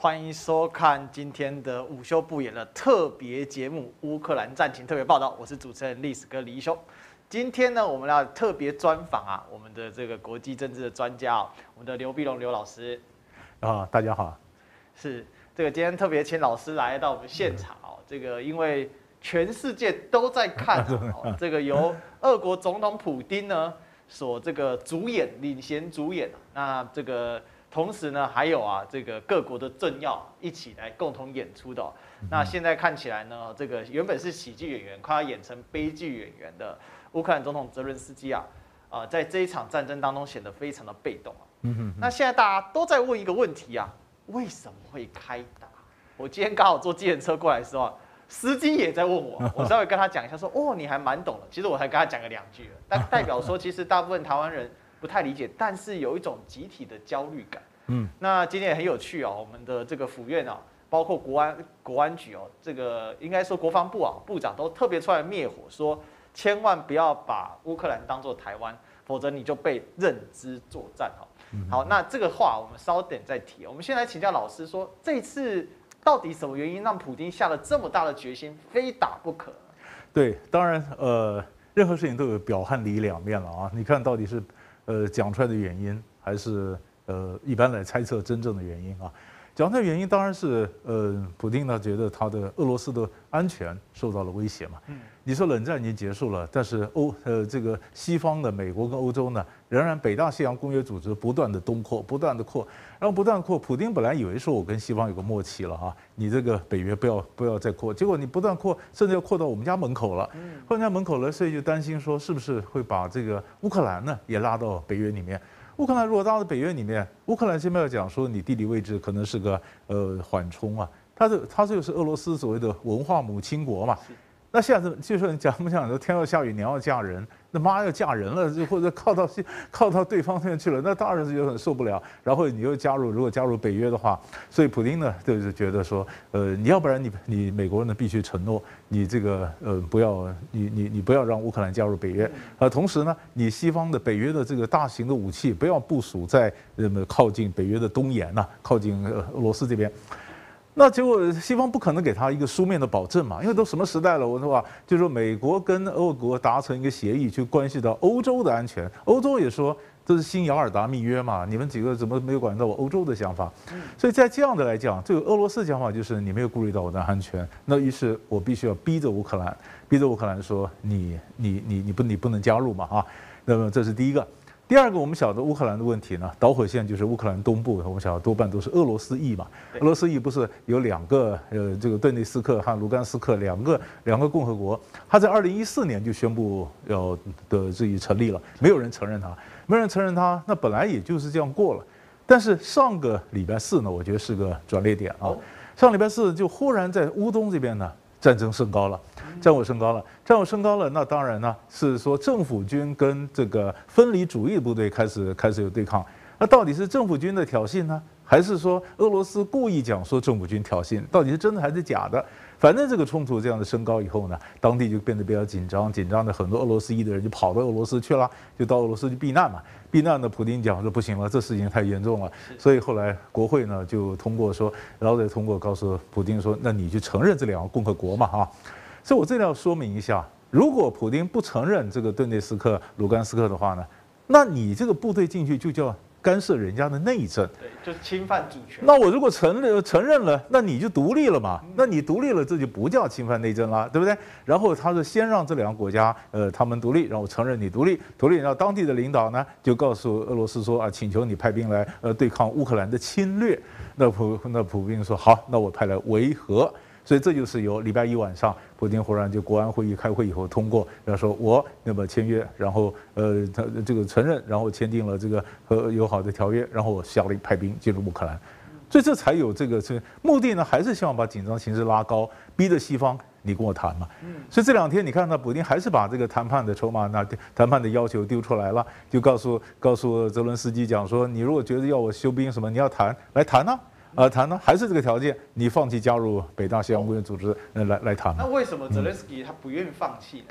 欢迎收看今天的午休不演的特别节目《乌克兰战情特别报道》，我是主持人历史哥李一修。今天呢，我们要特别专访我们的这个国际政治的专家我们的刘必荣刘老师。 大家好。 是这个今天特别请老师来到我们现场这个因为全世界都在看这个由俄国总统普丁呢所这个领衔主演，那这个。同时呢，还有这个各国的政要一起来共同演出的那现在看起来呢，这个原本是喜剧演员，快要演成悲剧演员的乌克兰总统泽伦斯基在这一场战争当中显得非常的被动那现在大家都在问一个问题为什么会开打？我今天刚好坐计程车过来的时候司机也在问我稍微跟他讲一下说，你还蛮懂的。其实我才跟他讲个2句但代表说其实大部分台湾人不太理解，但是有一种集体的焦虑感。那今天也很有趣我们的这个府院包括国安局这个应该说国防部部长都特别出来灭火，说千万不要把乌克兰当作台湾，否则你就被认知作战好，那这个话我们稍等再提。我们先来请教老师说，这次到底什么原因让普丁下了这么大的决心，非打不可？ 对，当然任何事情都有表和里两面了你看到底是讲出来的原因，还是一般来猜测真正的原因讲出来的原因当然是普丁呢觉得他的俄罗斯的安全受到了威胁嘛。你说冷战已经结束了，但是这个西方的美国跟欧洲呢，仍然北大西洋公约组织不断的东扩，不断的扩，然后不断扩。普丁本来以为说我跟西方有个默契了你这个北约不要再扩，结果你不断扩，甚至要扩到我们家门口了。我们家门口了，所以就担心说是不是会把这个乌克兰呢也拉到北约里面。乌克兰如果拉到北约里面，乌克兰现在要讲说你地理位置可能是个缓冲它这就是俄罗斯所谓的文化母亲国嘛。那现在就是你讲不讲说天要下雨娘要嫁人，那妈要嫁人了，或者靠到对方那边去了，那当然是就很受不了。然后你又如果加入北约的话，所以普丁呢就是觉得说，你要不然你美国人呢必须承诺，你这个不要你不要让乌克兰加入北约，同时呢你西方的北约的这个大型的武器不要部署在靠近北约的东沿靠近俄罗斯这边。那结果西方不可能给他一个书面的保证嘛，因为都什么时代了，我说就是说美国跟俄国达成一个协议，就关系到欧洲的安全。欧洲也说这是新雅尔达密约嘛，你们几个怎么没有管到我欧洲的想法？所以在这样的来讲，这个俄罗斯的讲法就是你没有顾虑到我的安全，那于是我必须要逼着乌克兰说你不能加入嘛那么这是第一个。第二个，我们晓得乌克兰的问题呢，导火线就是乌克兰东部，我们晓得多半都是俄罗斯裔嘛。俄罗斯裔不是有2个这个顿涅斯克和卢甘斯克两个共和国，他在2014年就宣布要自己成立了，没有人承认他，那本来也就是这样过了。但是上个礼拜4呢，我觉得是个转捩点上礼拜4就忽然在乌东这边呢。战火升高了，那当然呢是说政府军跟这个分离主义部队开始有对抗。那到底是政府军的挑衅呢，还是说俄罗斯故意讲说政府军挑衅？到底是真的还是假的？反正这个冲突这样的升高以后呢，当地就变得比较紧张的很多俄罗斯裔的人就跑到俄罗斯去了，就到俄罗斯去避难嘛。避难呢，普丁讲说不行了，这事情太严重了，所以后来国会呢就通过说，然后再通过告诉普丁说，那你就承认这2个共和国嘛所以我这里要说明一下，如果普丁不承认这个顿涅斯克、卢甘斯克的话呢，那你这个部队进去就叫干涉人家的内政， 对，就是侵犯主权。 那我如果承认了，那你就独立了嘛？那你独立了，这就不叫侵犯内政了，对不对？然后他是先让这2个国家他们独立，然后承认你独立，然后当地的领导呢就告诉俄罗斯说请求你派兵来对抗乌克兰的侵略。那普丁说好，那我派来维和。所以这就是由礼拜1晚上，普丁忽然就国安会议开会以后通过，然后说我那么签约，然后他这个承认，然后签订了这个友好的条约，然后我下令派兵进入乌克兰，所以这才有这个目的呢，还是希望把紧张形势拉高，逼着西方你跟我谈嘛。所以这2天你看到普丁还是把这个谈判的筹码、谈判的要求丢出来了，就告诉泽伦斯基讲说，你如果觉得要我休兵什么，你要谈来谈谈呢，还是这个条件，你放弃加入北大西洋公约组织来谈嘛？ 那为什么泽连斯基他不愿意放弃呢？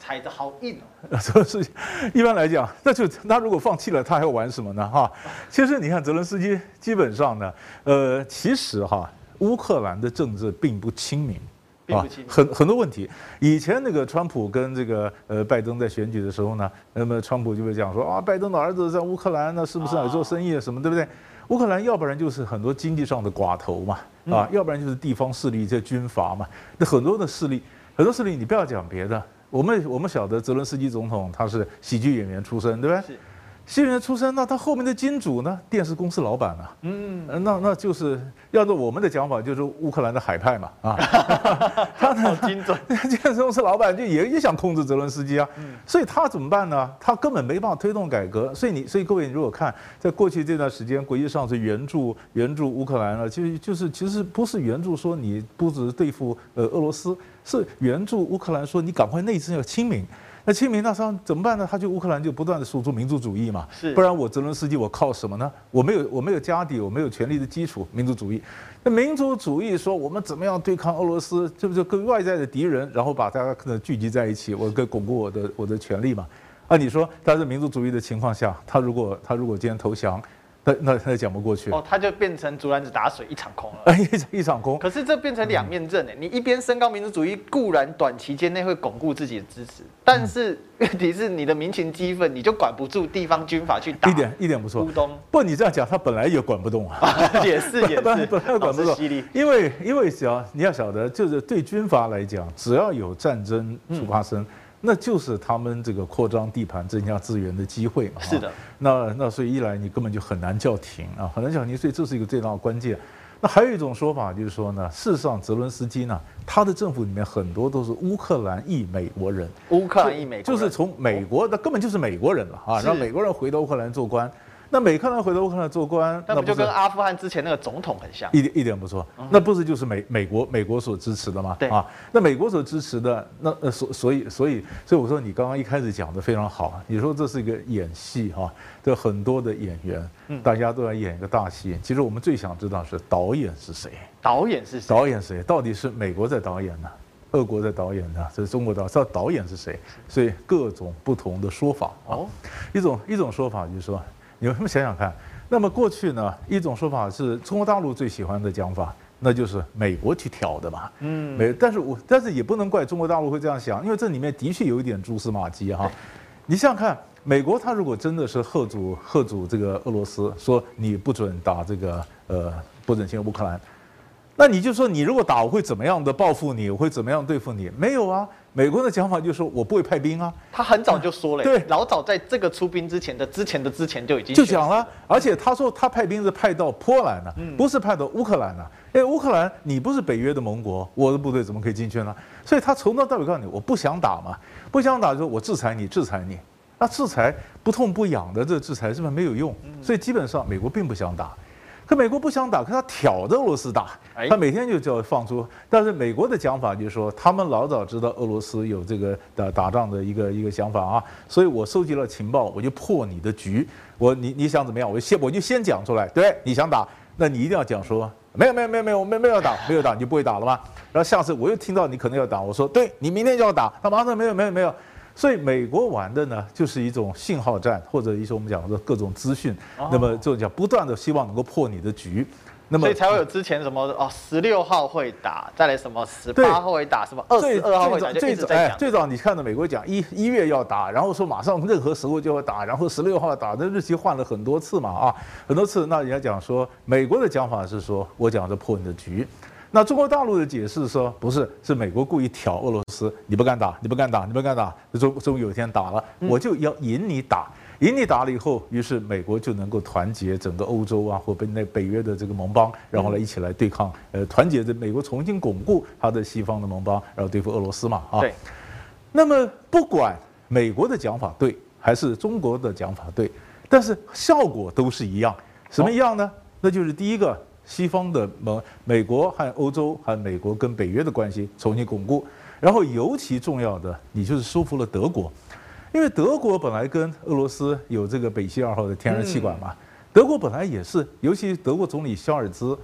踩着好硬哦。泽伦斯基一般来讲，他如果放弃了，他还要玩什么呢？哈，其实你看泽伦斯基基本上呢，其实哈，乌克兰的政治并不亲民。很多问题。以前那个川普跟这个拜登在选举的时候呢，那么川普就会讲说啊，拜登的儿子在乌克兰，那是不是来做生意什么，对不对？乌克兰要不然就是很多经济上的寡头嘛，要不然就是地方势力这军阀嘛，那很多势力，你不要讲别的，我们晓得泽伦斯基总统他是喜剧演员出身，对不对？喜剧演员出身，那他后面的金主呢？电视公司老板啊，那就是要做我们的讲法，就是乌克兰的海派嘛，啊，他好精准， 电视公司老板就也想控制泽伦斯基啊，所以他怎么办呢？他根本没办法推动改革，所以各位，你如果看在过去这段时间，国际上是援助乌克兰了，就是其实不是援助说你不只是对付俄罗斯，是援助乌克兰说你赶快内政要亲民。那亲民那他怎么办呢？他就乌克兰就不断的输出民族主义嘛，不然我泽伦斯基我靠什么呢？我没有家底，我没有权力的基础，民族主义。那民族主义说我们怎么样对抗俄罗斯，这不就跟外在的敌人，然后把大家可能聚集在一起，我跟巩固我的权利嘛？啊，你说他是民族主义的情况下，他如果今天投降。那讲不过去哦，他就变成竹篮子打水一场空了， 一场空。 可是这变成两面刃哎，你一边升高民族主义，固然短期间内会巩固自己的支持，但是问题是你的民情激愤，你就管不住地方军阀去打。 一点不错。 乌东， 不，你这样讲，他本来也管不动啊。 也是， 本来管不动。因为你要晓得，就是对军阀来讲，只要有战争发生。那就是他们这个扩张地盘、增加资源的机会嘛。 是的。 那所以一来你根本就很难叫停啊，很难叫停，所以这是一个最大的关键。那还有一种说法就是说呢，事实上泽伦斯基呢，他的政府里面很多都是乌克兰裔美国人。 乌克兰裔美国人就是从美国的根本就是美国人了啊，让美国人回到乌克兰做官。那美克兰回到乌克兰做官， 那不就跟阿富汗之前那个总统很像？ 一点不错，那不是就是美国所支持的吗？ 对啊，那美国所支持的，那所以我说你刚刚一开始讲的非常好，你说这是一个演戏哈，这很多的演员，大家都在演一个大戏。其实我们最想知道是导演是谁？ 导演是谁？ 导演谁？到底是美国在导演呢？俄国在导演呢？这是中国导演，知道导演是谁？所以各种不同的说法啊。一种说法就是说。你们想想看，那么过去呢，一种说法是中国大陆最喜欢的讲法，那就是美国去挑的嘛。但是也不能怪中国大陆会这样想，因为这里面的确有一点蛛丝马迹哈。你想想看，美国他如果真的是吓阻这个俄罗斯，说你不准打这个不准侵入乌克兰，那你就说你如果打我会怎么样的报复你，我会怎么样对付你？没有啊。美国的讲法就是说我不会派兵啊， 他很早就说了， 对， 老早在这个出兵之前就已经就讲了，而且他说他派兵是派到波兰了，不是派到乌克兰了，因为乌克兰你不是北约的盟国，我的部队怎么可以进去呢？所以他从头到尾告诉你，我不想打嘛，不想打就说我制裁你，那制裁不痛不痒的这制裁是不是没有用？所以基本上美国并不想打。可美国不想打，可他挑着俄罗斯打，他每天就叫放出。但是美国的讲法就是说，他们老早知道俄罗斯有这个打仗的一个想法啊，所以我收集了情报，我就破你的局。你想怎么样？我就先讲出来，对，你想打，那你一定要讲说没有，我没有打，你就不会打了吗？然后下次我又听到你可能要打，我说对你明天就要打，他马上没有。所以美国玩的呢，就是一种信号战，或者一种我们讲的各种资讯。那么这种讲不断的希望能够破你的局，那么所以才会有之前什么16号会打，再来什么18号会打，什么22号会打，就一直在讲。 最早你看到美国讲1月要打，然后说马上任何时候就要打，然后16号打，那日期换了很多次嘛啊，很多次。那人家讲说，美国的讲法是说我讲的破你的局。那中国大陆的解释说不是，是美国故意挑俄罗斯，你不敢打，终于有一天打了，我就要引你打了以后，于是美国就能够团结整个欧洲啊，或北约的这个盟邦，然后来一起来对抗，团结着美国重新巩固它的西方的盟邦，然后对付俄罗斯嘛啊。 对。 那么不管美国的讲法对，还是中国的讲法对，但是效果都是一样，什么一样呢？那就是第一个。西方的美国和欧洲和美国跟北约的关系重新巩固，然后尤其重要的，你就是收服了德国，因为德国本来跟俄罗斯有这个北溪2号的天然气管嘛，德国本来也是，尤其德国总理肖尔兹，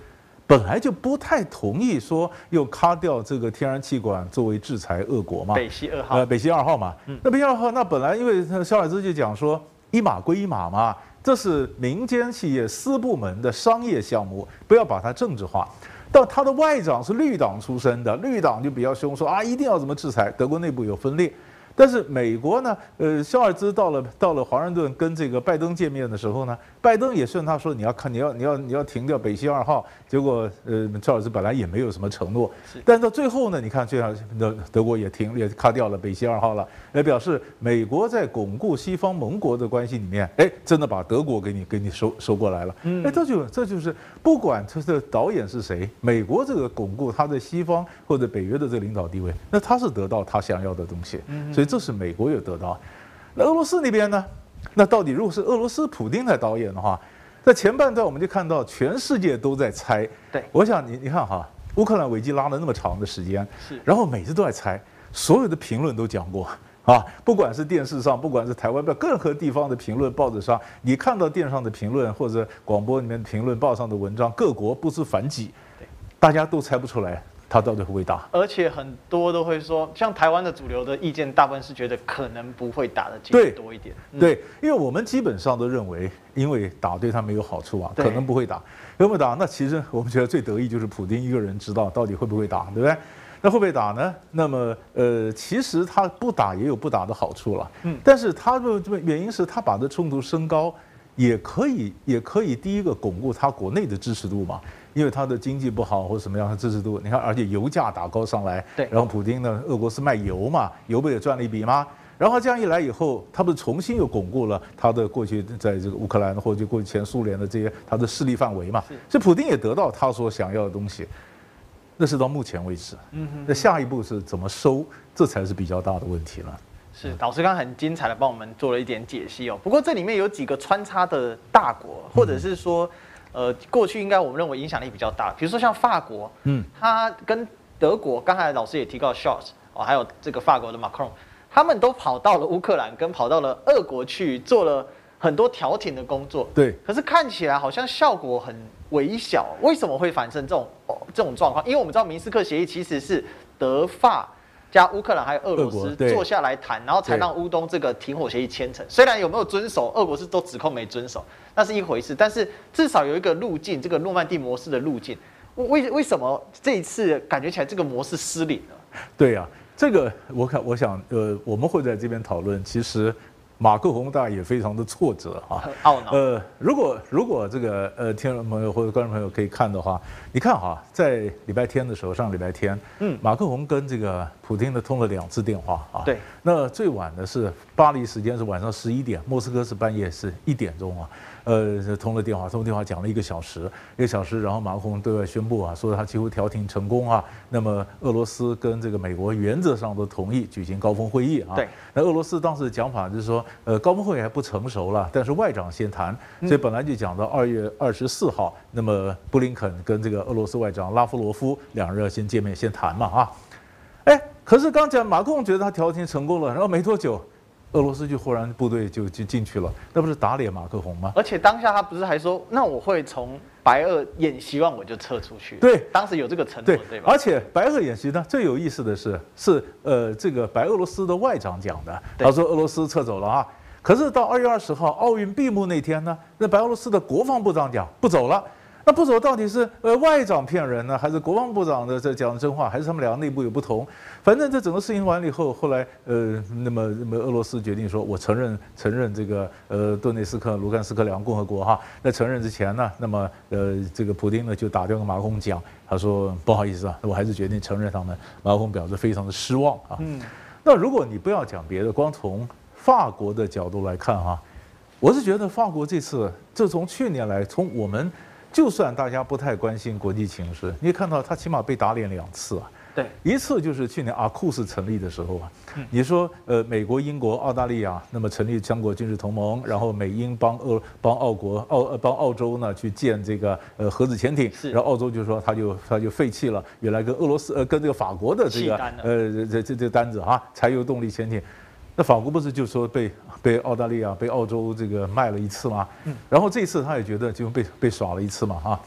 本来就不太同意说又卡掉这个天然气管作为制裁俄国嘛， 北溪2号， 北溪2号嘛，那北溪2号那本来因为肖尔兹就讲说一码归一码嘛，这是民间企业私部门的商业项目，不要把它政治化。但他的外长是绿党出身的，绿党就比较凶，说啊一定要怎么制裁，德国内部有分裂。但是美国呢，肖尔兹到了华盛顿跟这个拜登见面的时候呢，拜登也顺他说你要停掉北溪2号，结果肖尔兹本来也没有什么承诺，但到最后呢，你看最后德国也卡掉了北溪2号了，来表示美国在巩固西方盟国的关系里面，哎，真的把德国给你收过来了，哎，这就是不管这个导演是谁，美国这个巩固他在西方或者北约的这个领导地位，那他是得到他想要的东西，所以这是美国有得到。那俄罗斯那边呢？那到底如果是俄罗斯普丁来导演的话，在前半段我们就看到全世界都在猜。 对， 我想你看哈，乌克兰危机拉了那么长的时间，然后每次都在猜，所有的评论都讲过啊，不管是电视上，不管是台湾任何地方的评论，报纸上，你看到电视上的评论或者广播里面的评论，报上的文章，各国不知反几，大家都猜不出来。他到底会不会打？ 而且很多都会说，像台湾的主流的意见，大部分是觉得可能不会打的几率多一点。 对，因为我们基本上都认为，因为打对他没有好处啊，可能不会打。会不会打？那其实我们觉得最得意就是普丁一个人知道到底会不会打，对不对？那会不会打呢？那么其实他不打也有不打的好处了。但是他的原因是他把这冲突升高，也可以第一个巩固他国内的支持度嘛。因为他的经济不好或者什么样的支持度，你看，而且油价打高上来， 对， 然后普丁呢，俄国是卖油嘛，油不也赚了一笔吗？然后这样一来以后，他不是重新又巩固了他的过去在这个乌克兰或者过去前苏联的这些他的势力范围嘛，所以普丁也得到他所想要的东西。那是到目前为止，那下一步是怎么收，这才是比较大的问题了。 是，老师刚刚很精彩的帮我们做了一点解析哦。不过这里面有几个穿插的大国，或者是说。过去应该我们认为影响力比较大，比如说像法国，他跟德国，刚才老师也提到 Scholz 哦，还有这个法国的 Macron， 他们都跑到了乌克兰，跟跑到了俄国去做了很多调停的工作。 对， 可是看起来好像效果很微小，为什么会产生这种状况？因为我们知道明斯克协议其实是德法加乌克兰还有俄罗斯坐下来谈，然后才让乌东这个停火协议签成。虽然有没有遵守，俄国是都指控没遵守，那是一回事。但是至少有一个路径，这个诺曼底模式的路径。为什么这一次感觉起来这个模式失灵了？ 对呀，这个我想我们会在这边讨论。其实马克宏大也非常的挫折啊， 懊恼。 如果这个听众朋友或者观众朋友可以看的话，你看哈，在礼拜天的时候，上礼拜天，马克宏跟这个普丁呢通了2次电话啊。 对。 那最晚的是巴黎时间是晚上11点，莫斯科是半夜是1点钟啊。通了电话讲了1个小时，然后马克宏对外宣布啊，说他几乎调停成功啊。那么俄罗斯跟这个美国原则上都同意举行高峰会议啊。 对。 那俄罗斯当时的讲法就是说，高峰会还不成熟了，但是外长先谈，所以本来就讲到2月24号，那么布林肯跟这个俄罗斯外长拉夫罗夫2人要先见面先谈嘛啊。哎，可是刚讲马克宏觉得他调停成功了，然后没多久。俄罗斯就忽然部队就进去了，那不是打脸马克宏吗？ 而且当下他不是还说，那我会从白俄演习完我就撤出去。 对， 当时有这个承诺，对吧？ 而且白俄演习呢，最有意思的是这个白俄罗斯的外长讲的，他说俄罗斯撤走了啊。可是到2月20号奥运闭幕那天呢，那白俄罗斯的国防部长讲不走了。那不走到底是外长骗人呢，还是国防部长的这讲真话，还是他们两个内部有不同？反正这整个事情完了以后，后来那么俄罗斯决定说，我承认这个顿内斯克、卢甘斯克2个共和国哈。在承认之前呢，那么这个普丁呢就打电话跟马克宏讲，他说不好意思啊，我还是决定承认他们。马克宏表示非常的失望啊。那如果你不要讲别的，光从法国的角度来看哈，我是觉得法国这次，这从去年来，从我们。就算大家不太关心国际情势，你也看到他起码被打脸2次啊。 对， 一次就是去年阿库斯成立的时候啊，你说美国、英国、澳大利亚那么成立三国军事同盟，然后美英帮澳洲呢去建这个核子潜艇，然后澳洲就说他就废弃了原来跟俄罗斯跟这个法国的这个这单子啊，柴油动力潜艇。那法国不是就说被澳大利亚、被澳洲这个卖了1次吗？然后这次他也觉得就被耍了1次嘛啊，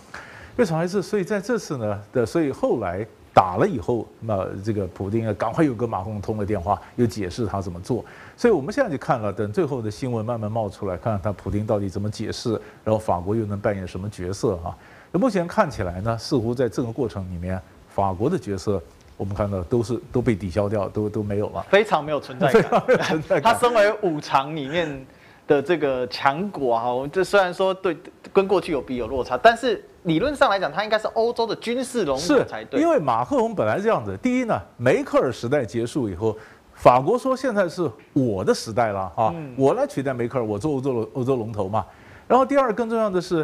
越吵越次。所以在这次呢所以后来打了以后，那这个普丁赶快又跟马克龙通了电话，又解释他怎么做。所以我们现在就看了，等最后的新闻慢慢冒出来，看看他普丁到底怎么解释，然后法国又能扮演什么角色啊？那目前看起来呢，似乎在这个过程里面，法国的角色。我们看到都被抵消掉，都没有了， 非常没有存在感。他身为5强里面的这个强国啊，这虽然说对跟过去有落差，但是理论上来讲，他应该是欧洲的军事龙头才对。 因为马克龙本来这样子，第一呢，梅克尔时代结束以后，法国说现在是我的时代了啊，我来取代梅克尔，我做欧洲龙头嘛。然后第二更重要的是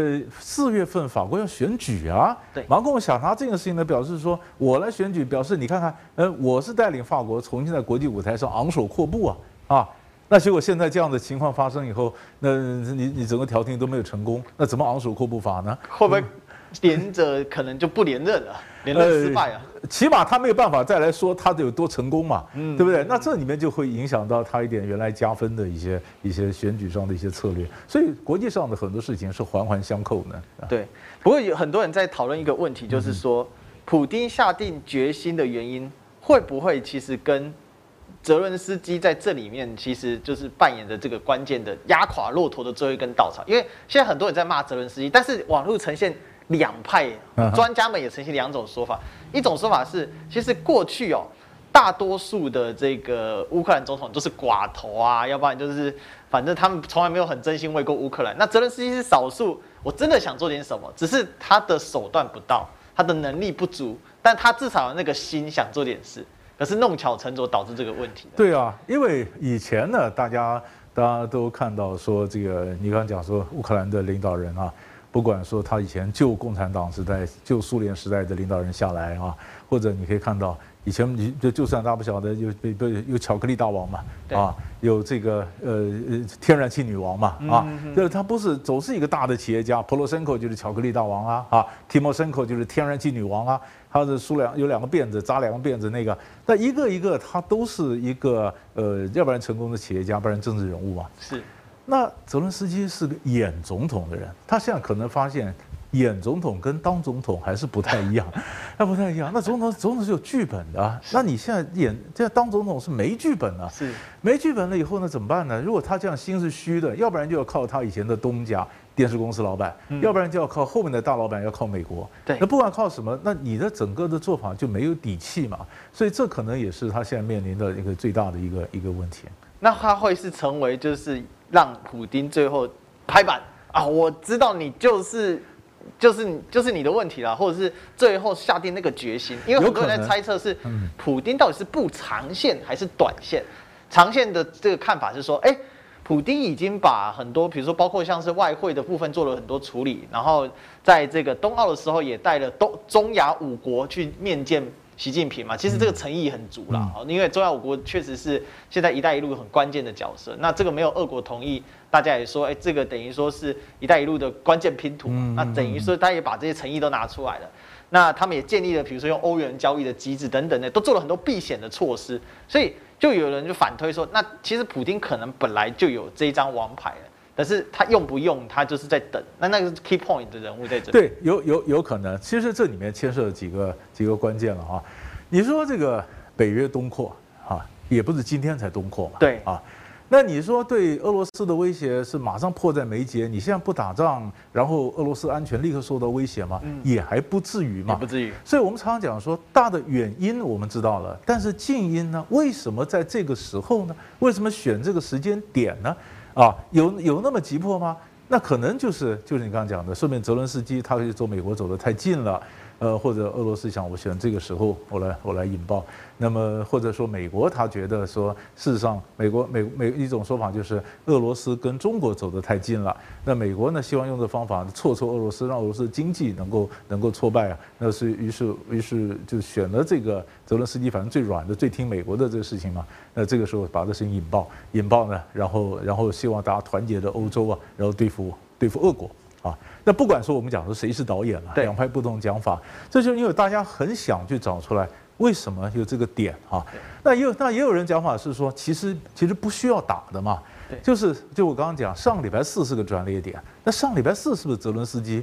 ，4月份法国要选举啊，马克龙想拿这个事情呢，表示说我来选举，表示你看看，我是带领法国重新在国际舞台上昂首阔步啊。那结果现在这样的情况发生以后，那你整个调停都没有成功，那怎么昂首阔步法呢？ 会不会连着可能就不连任了，连任失败啊？ 起码他没有办法再来说他有多成功嘛，对不对？那这里面就会影响到他一点原来加分的一些选举上的一些策略，所以国际上的很多事情是环环相扣的。 对，不过有很多人在讨论一个问题，就是说，普丁下定决心的原因会不会其实跟泽伦斯基在这里面其实就是扮演着这个关键的压垮骆驼的最后一根稻草？因为现在很多人在骂泽伦斯基，但是网络呈现2派，专家们也呈现2种说法。一种说法是，其实过去大多数的这个乌克兰总统都是寡头啊，要不然就是反正他们从来没有很真心为过乌克兰。那泽伦斯基是少数，我真的想做点什么，只是他的手段不到，他的能力不足，但他至少有那个心想做点事。可是弄巧成拙导致这个问题。 对啊，因为以前呢，大家都看到说这个，你刚刚讲说乌克兰的领导人啊。不管说他以前旧共产党时代、旧苏联时代的领导人下来啊，或者你可以看到以前就算大不小的有巧克力大王嘛，啊，有这个天然气女王嘛，啊，就是他不是总是一个大的企业家，普罗申科就是巧克力大王啊，提莫申科就是天然气女王啊，他的有2个辫子，扎2个辫子那个，但一个一个他都是一个要不然成功的企业家，不然政治人物嘛， 是。 那泽伦斯基是个演总统的人，他现在可能发现演总统跟当总统还是不太一样，那不太一样。那总统是有剧本的啊，那你现在当总统是没剧本啊， 是没剧本了以后呢怎么办呢？如果他这样心是虚的，要不然就要靠他以前的东家电视公司老板，要不然就要靠后面的大老板，要靠美国。 对， 那不管靠什么，那你的整个的做法就没有底气嘛。所以这可能也是他现在面临的一个最大的一个问题。 那他会是成为就是让普丁最后拍板啊？我知道你就是你的问题啦，或者是最后下定那个决心，因为很多人在猜测是普丁到底是布长线还是短线。长线的这个看法是说，普丁已经把很多，比如说包括像是外汇的部分做了很多处理，然后在这个冬奥的时候也带了中亚5国去面见习近平嘛，其实这个诚意很足啦，因为中亚5国确实是现在“一带一路”很关键的角色。那这个没有俄国同意，大家也说，这个等于说是“一带一路”的关键拼图。那等于说，他也把这些诚意都拿出来了。那他们也建立了，比如说用欧元交易的机制等等的，都做了很多避险的措施。所以就有人就反推说，那其实普丁可能本来就有这一张王牌了。但是他用不用，他就是在等。那个是 key point 的人物在这里。 对，有可能。其实这里面牵涉几个关键了哈。你说这个北约东扩啊，也不是今天才东扩嘛。 对啊，那你说对俄罗斯的威胁是马上迫在眉睫？你现在不打仗，然后俄罗斯安全立刻受到威胁吗？也还不至于嘛。 也不至于。 所以我们常常讲说，大的原因我们知道了，但是近因呢？为什么在这个时候呢？为什么选这个时间点呢？啊，有那么急迫吗？那可能就是你刚刚讲的，说明泽伦斯基他走美国走得太近了，或者俄罗斯想我选这个时候我来引爆，那么或者说美国他觉得说，事实上美一种说法就是俄罗斯跟中国走得太近了，那美国呢希望用这方法挫俄罗斯，让俄罗斯经济能够挫败啊，那是于是就选了这个泽伦斯基，反正最软的最听美国的这个事情嘛，那这个时候把这事情引爆呢，然后希望大家团结的欧洲啊，然后对付俄国。啊，那不管说我们讲说谁是导演了，2派不同讲法，这就是因为大家很想去找出来为什么有这个点啊。那也有人讲法是说，其实不需要打的嘛，就我刚刚讲，上礼拜4是个转捩点，那上礼拜4是不是泽伦斯基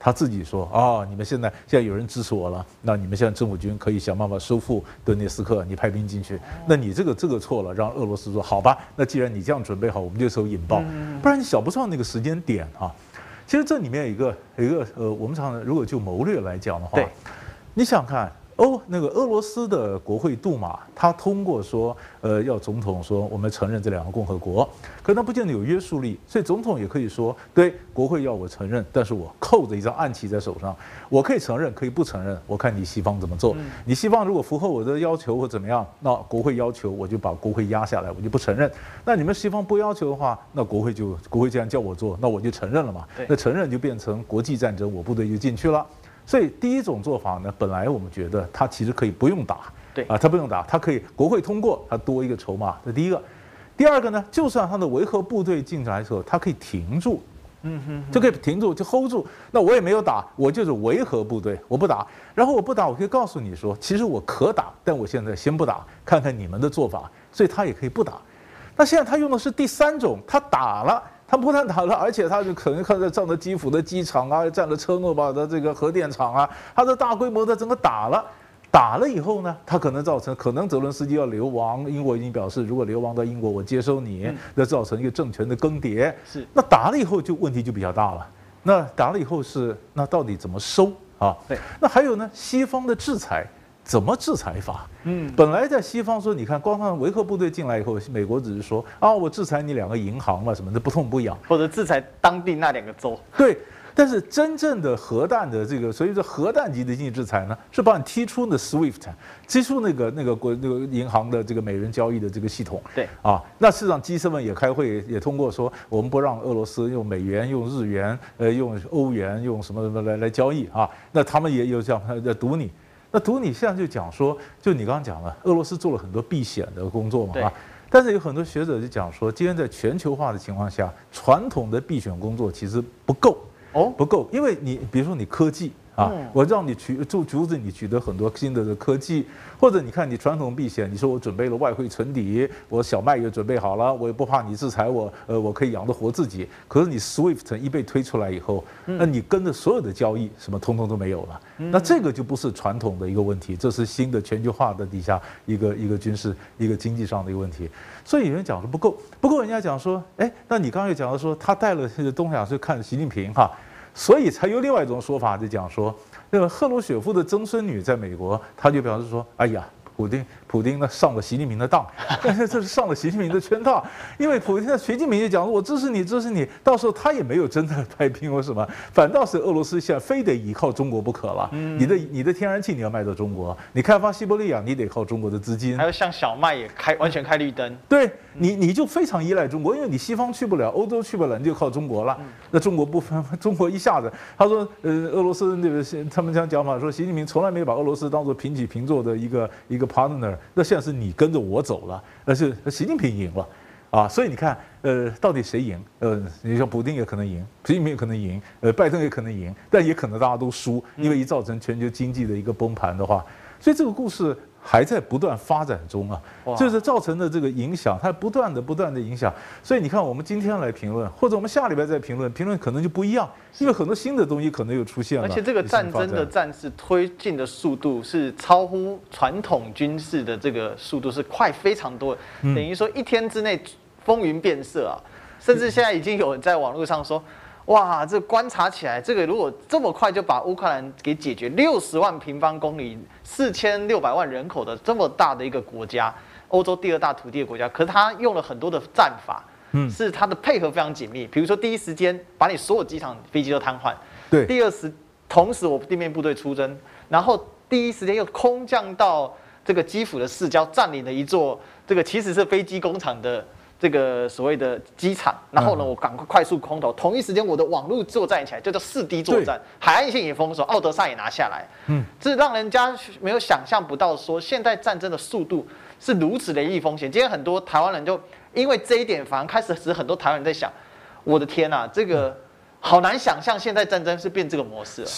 他自己说你们现在有人支持我了，那你们现在政府军可以想办法收复顿涅斯克，你派兵进去，那你这个错了，让俄罗斯说好吧，那既然你这样准备好，我们就收引爆，不然你想不到那个时间点啊。其实这里面有一个我们常常如果就谋略来讲的话，你想看。那个俄罗斯的国会杜马，他通过说，要总统说我们承认这2个共和国，可那不见得有约束力，所以总统也可以说，对，国会要我承认，但是我扣着一张暗旗在手上，我可以承认，可以不承认，我看你西方怎么做。你西方如果符合我的要求或怎么样，那国会要求我就把国会压下来，我就不承认。那你们西方不要求的话，那国会既然叫我做，那我就承认了嘛。那承认就变成国际战争，我部队就进去了。所以第一种做法呢，本来我们觉得他其实可以不用打，他不用打，他可以国会通过，他多一个筹码。这第一个。第二个呢，就算他的维和部队进来的时候，他可以停住，就可以停住，就 hold 住。那我也没有打，我就是维和部队，我不打。然后我不打，我可以告诉你说，其实我可打，但我现在先不打，看看你们的做法。所以他也可以不打。那现在他用的是第3种，他打了。他不但打了，而且他就可能看在占了基辅的机场啊，占了车诺巴的这个核电厂啊，他的大规模的整个打了以后呢，他可能泽伦斯基要流亡，英国已经表示，如果流亡到英国，我接收你，那造成一个政权的更迭。那打了以后问题就比较大了。那打了以后那到底怎么收啊？ 对。 那还有呢，西方的制裁。怎么制裁法？本来在西方说，你看，光看维和部队进来以后，美国只是说我制裁你2个银行嘛，什么的不痛不痒， 或者制裁当地那2个州。 对，但是真正的核弹的这个，所以说核弹级的经济制裁呢，是把你踢出那 SWIFT， 踢出那个银行的这个美元交易的这个系统。 对那事实上 G7 也开会也通过说，我们不让俄罗斯用美元、用日元、用欧元、用什么来交易啊。那他们也有这样在堵你。那赌你现在就讲说，就你刚刚讲了，俄罗斯做了很多避险的工作嘛，但是有很多学者就讲说，今天在全球化的情况下，传统的避险工作其实不够，不够，因为你比如说你科技。我让你阻止你取得很多新的科技，或者你看你传统避险，你说我准备了外汇存底，我小麦也准备好了，我也不怕你制裁我，我可以养得活自己。可是你 SWIFT 一被推出来以后，那你跟着所有的交易什么通通都没有了，那这个就不是传统的一个问题，这是新的全球化的底下一个军事一个经济上的一个问题。所以有人讲说不够，人家讲说，那你刚刚也讲到说他带了东亚去看习近平哈。所以才有另外一种说法，就讲说，那个赫鲁雪夫的曾孙女在美国，他就表示说，哎呀，普丁呢上了习近平的当，但是这是上了习近平的圈套，因为习近平就讲说，我支持你，到时候他也没有真的派兵或什么，反倒是俄罗斯现在非得依靠中国不可了。你的天然气你要卖到中国，你开发西伯利亚你得靠中国的资金， 还有像小麦也完全开绿灯。 对，你就非常依赖中国，因为你西方去不了，欧洲去不了，你就靠中国了。那中国一下子，他说，俄罗斯那个他们这样讲法说，习近平从来没有把俄罗斯当作平起平坐的一个 partner， 那现在是你跟着我走了，那是习近平赢了，所以你看，到底谁赢？你说普丁也可能赢，习近平也可能赢，拜登也可能赢，但也可能大家都输，因为一造成全球经济的一个崩盘的话，所以这个故事还在不断发展中啊，就是造成的这个影响，它不断的影响。所以你看，我们今天来评论，或者我们下礼拜再评论可能就不一样，因为很多新的东西可能又出现了。 而且这个战争的战事推进的速度是超乎传统军事的这个速度，是快非常多，等于说1天之内风云变色啊！甚至现在已经有人在网络上说，哇，这观察起来，这个如果这么快就把乌克兰给解决，60万平方公里、4600万人口的这么大的一个国家，欧洲第2大土地的国家，可是他用了很多的战法，是他的配合非常紧密。比如说第一时间把你所有机场飞机都瘫痪， 对， 同时我地面部队出征，然后第一时间又空降到这个基辅的市郊，占领了一座这个其实是飞机工厂的这个所谓的机场，然后呢，我赶快快速空投，同一时间我的网络作战起来，就叫4D 作战，海岸线也封锁，奥德萨也拿下来，这让人家没有想象不到，说现在战争的速度是如此雷厉风险。今天很多台湾人就因为这一点，反而开始使很多台湾人在想，我的天啊，这个好难想象现在战争是变这个模式了。 是。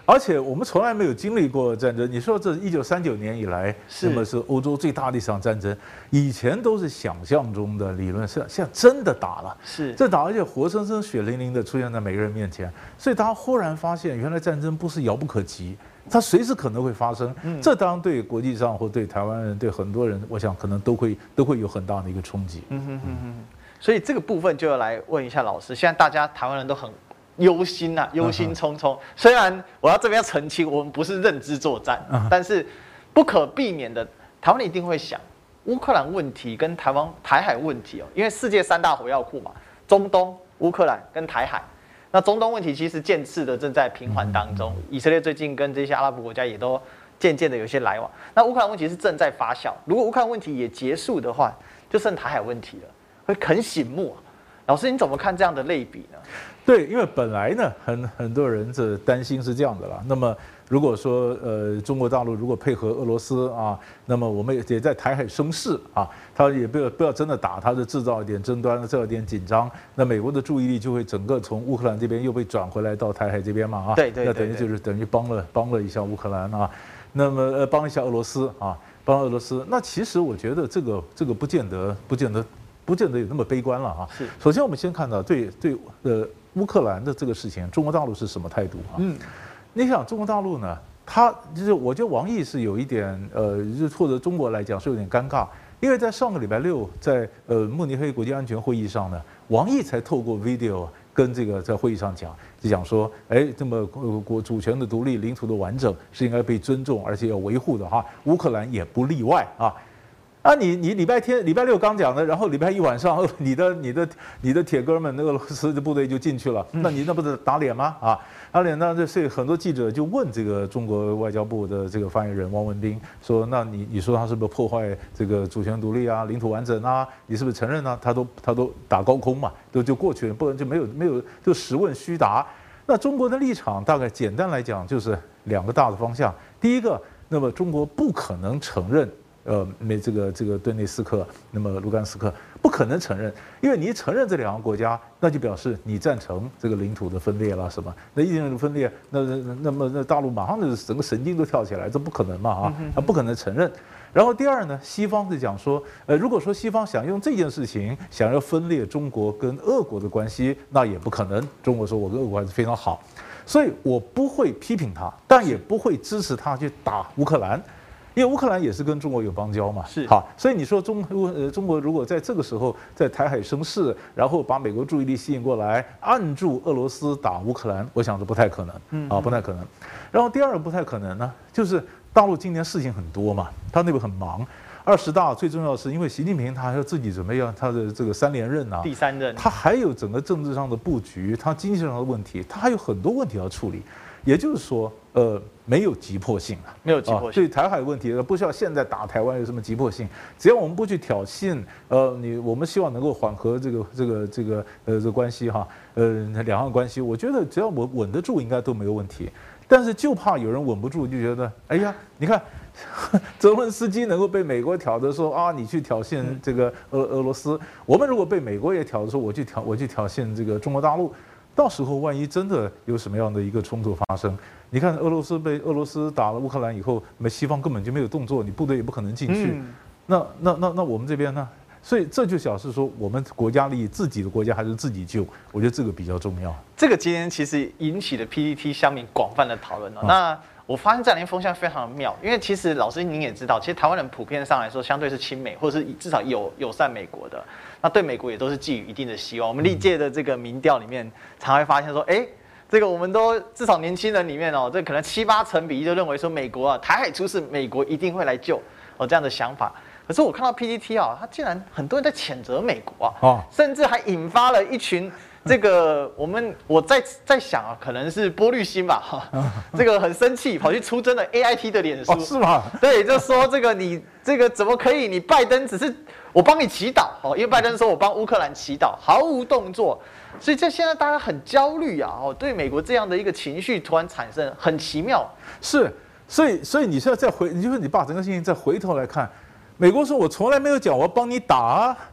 而且我们从来没有经历过战争。你说这1939年以来，那么是欧洲最大的一场战争，以前都是想象中的理论，现在真的打了，这打而且活生生血淋淋的出现在每个人面前，所以大家忽然发现，原来战争不是遥不可及。它随时可能会发生，这当然对国际上或对台湾人、对很多人，我想可能都会有很大的一个冲击。 所以这个部分就要来问一下老师，现在大家台湾人都很忧心啊，忧心忡忡。虽然我要这边要澄清，我们不是认知作战，但是不可避免的，台湾人一定会想乌克兰问题跟台海问题哦，因为世界3大火药库嘛，中东、乌克兰跟台海。那中东问题其实渐次的正在平缓当中，以色列最近跟这些阿拉伯国家也都渐渐的有些来往。那乌克兰问题是正在发酵，如果乌克兰问题也结束的话，就剩台海问题了，会很醒目啊。老师，你怎么看这样的类比呢？ 对，因为本来呢，很多人这担心是这样的啦。那么如果说中国大陆如果配合俄罗斯啊，那么我们也在台海生事啊，他也不要真的打，他是制造一点争端，制造一点紧张，那美国的注意力就会整个从乌克兰这边又被转回来到台海这边嘛啊， 对， 那等于帮了一下乌克兰啊，那么帮一下俄罗斯啊，帮俄罗斯。那其实我觉得这个不见得有那么悲观了啊。 是， 首先我们先看到对乌克兰的这个事情，中国大陆是什么态度啊？你想中国大陆呢，他就是我觉得王毅是有一点或者中国来讲是有点尴尬，因为在上个礼拜6在慕尼黑国际安全会议上呢，王毅才透过 video 跟这个在会议上讲说，哎，这么国主权的独立、领土的完整是应该被尊重，而且要维护的哈，乌克兰也不例外啊。你礼拜6刚讲的，然后礼拜1晚上，你的铁哥们俄罗斯的部队就进去了，那你那不是打脸吗？啊，打脸呢，所以很多记者就问这个中国外交部的这个发言人汪文斌说，那你说他是不是破坏这个主权独立啊、领土完整啊？你是不是承认啊？他都打高空嘛，就过去了，不然就没有就实问虚答。那中国的立场大概简单来讲就是2个大的方向，第一个，那么中国不可能承认。这个顿涅斯克，那么卢甘斯克不可能承认，因为你一承认这2个国家，那就表示你赞成这个领土的分裂啦什么，那一领土分裂，那大陆马上就整个神经都跳起来，这不可能嘛啊，他不可能承认。然后第二呢，西方是讲说，如果说西方想用这件事情想要分裂中国跟俄国的关系，那也不可能。中国说我跟俄国还是非常好，所以我不会批评他，但也不会支持他去打乌克兰。因为乌克兰也是跟中国有邦交嘛， 是好，所以你说中国如果在这个时候在台海生事，然后把美国注意力吸引过来，按住俄罗斯打乌克兰，我想是不太可能，不太可能。然后第二个不太可能呢，就是大陆今年事情很多嘛，他那边很忙。20大最重要的是，因为习近平他还要自己准备要他的这个3连任啊， 第3任， 他还有整个政治上的布局，他经济上的问题，他还有很多问题要处理。也就是说，没有急迫性啊， 没有急迫性。 对台海问题，不需要现在打台湾有什么急迫性？只要我们不去挑衅，我们希望能够缓和这个关系哈，两岸关系，我觉得只要我稳得住，应该都没有问题。但是就怕有人稳不住，就觉得，哎呀，你看，泽伦斯基能够被美国挑的说啊，你去挑衅这个俄罗斯，我们如果被美国也挑的说，我去挑衅这个中国大陆。到时候万一真的有什么样的一个冲突发生，你看俄罗斯打了乌克兰以后，西方根本就没有动作，你部队也不可能进去。那我们这边呢？所以这就表示说，我们国家利益，自己的国家还是自己救，我觉得这个比较重要。 这个今天其实引起了 PTT 乡民广泛的讨论哦。那我发现这2年风向非常的妙，因为其实老师您也知道，其实台湾人普遍上来说相对是亲美，或者是至少友善美国的。那对美国也都是寄予一定的希望。我们历届的这个民调里面，常会发现说，哎，这个我们都至少年轻人里面哦，这可能7、8成比例就认为说，美国啊，台海出事，美国一定会来救哦这样的想法。可是我看到 PTT 啊，他竟然很多人在谴责美国啊，甚至还引发了一群这个我在想啊，可能是波滤芯吧哈，这个很生气，跑去出征了 AIT 的脸书， 是吗？ 对，就说这个你这个怎么可以？你拜登只是我帮你祈祷哦，因为拜登说我帮乌克兰祈祷，毫无动作，所以这现在大家很焦虑啊，哦，对美国这样的一个情绪突然产生，很奇妙。 是，所以你现在你就是你把整个事情再回头来看，美国说我从来没有讲我要帮你打啊。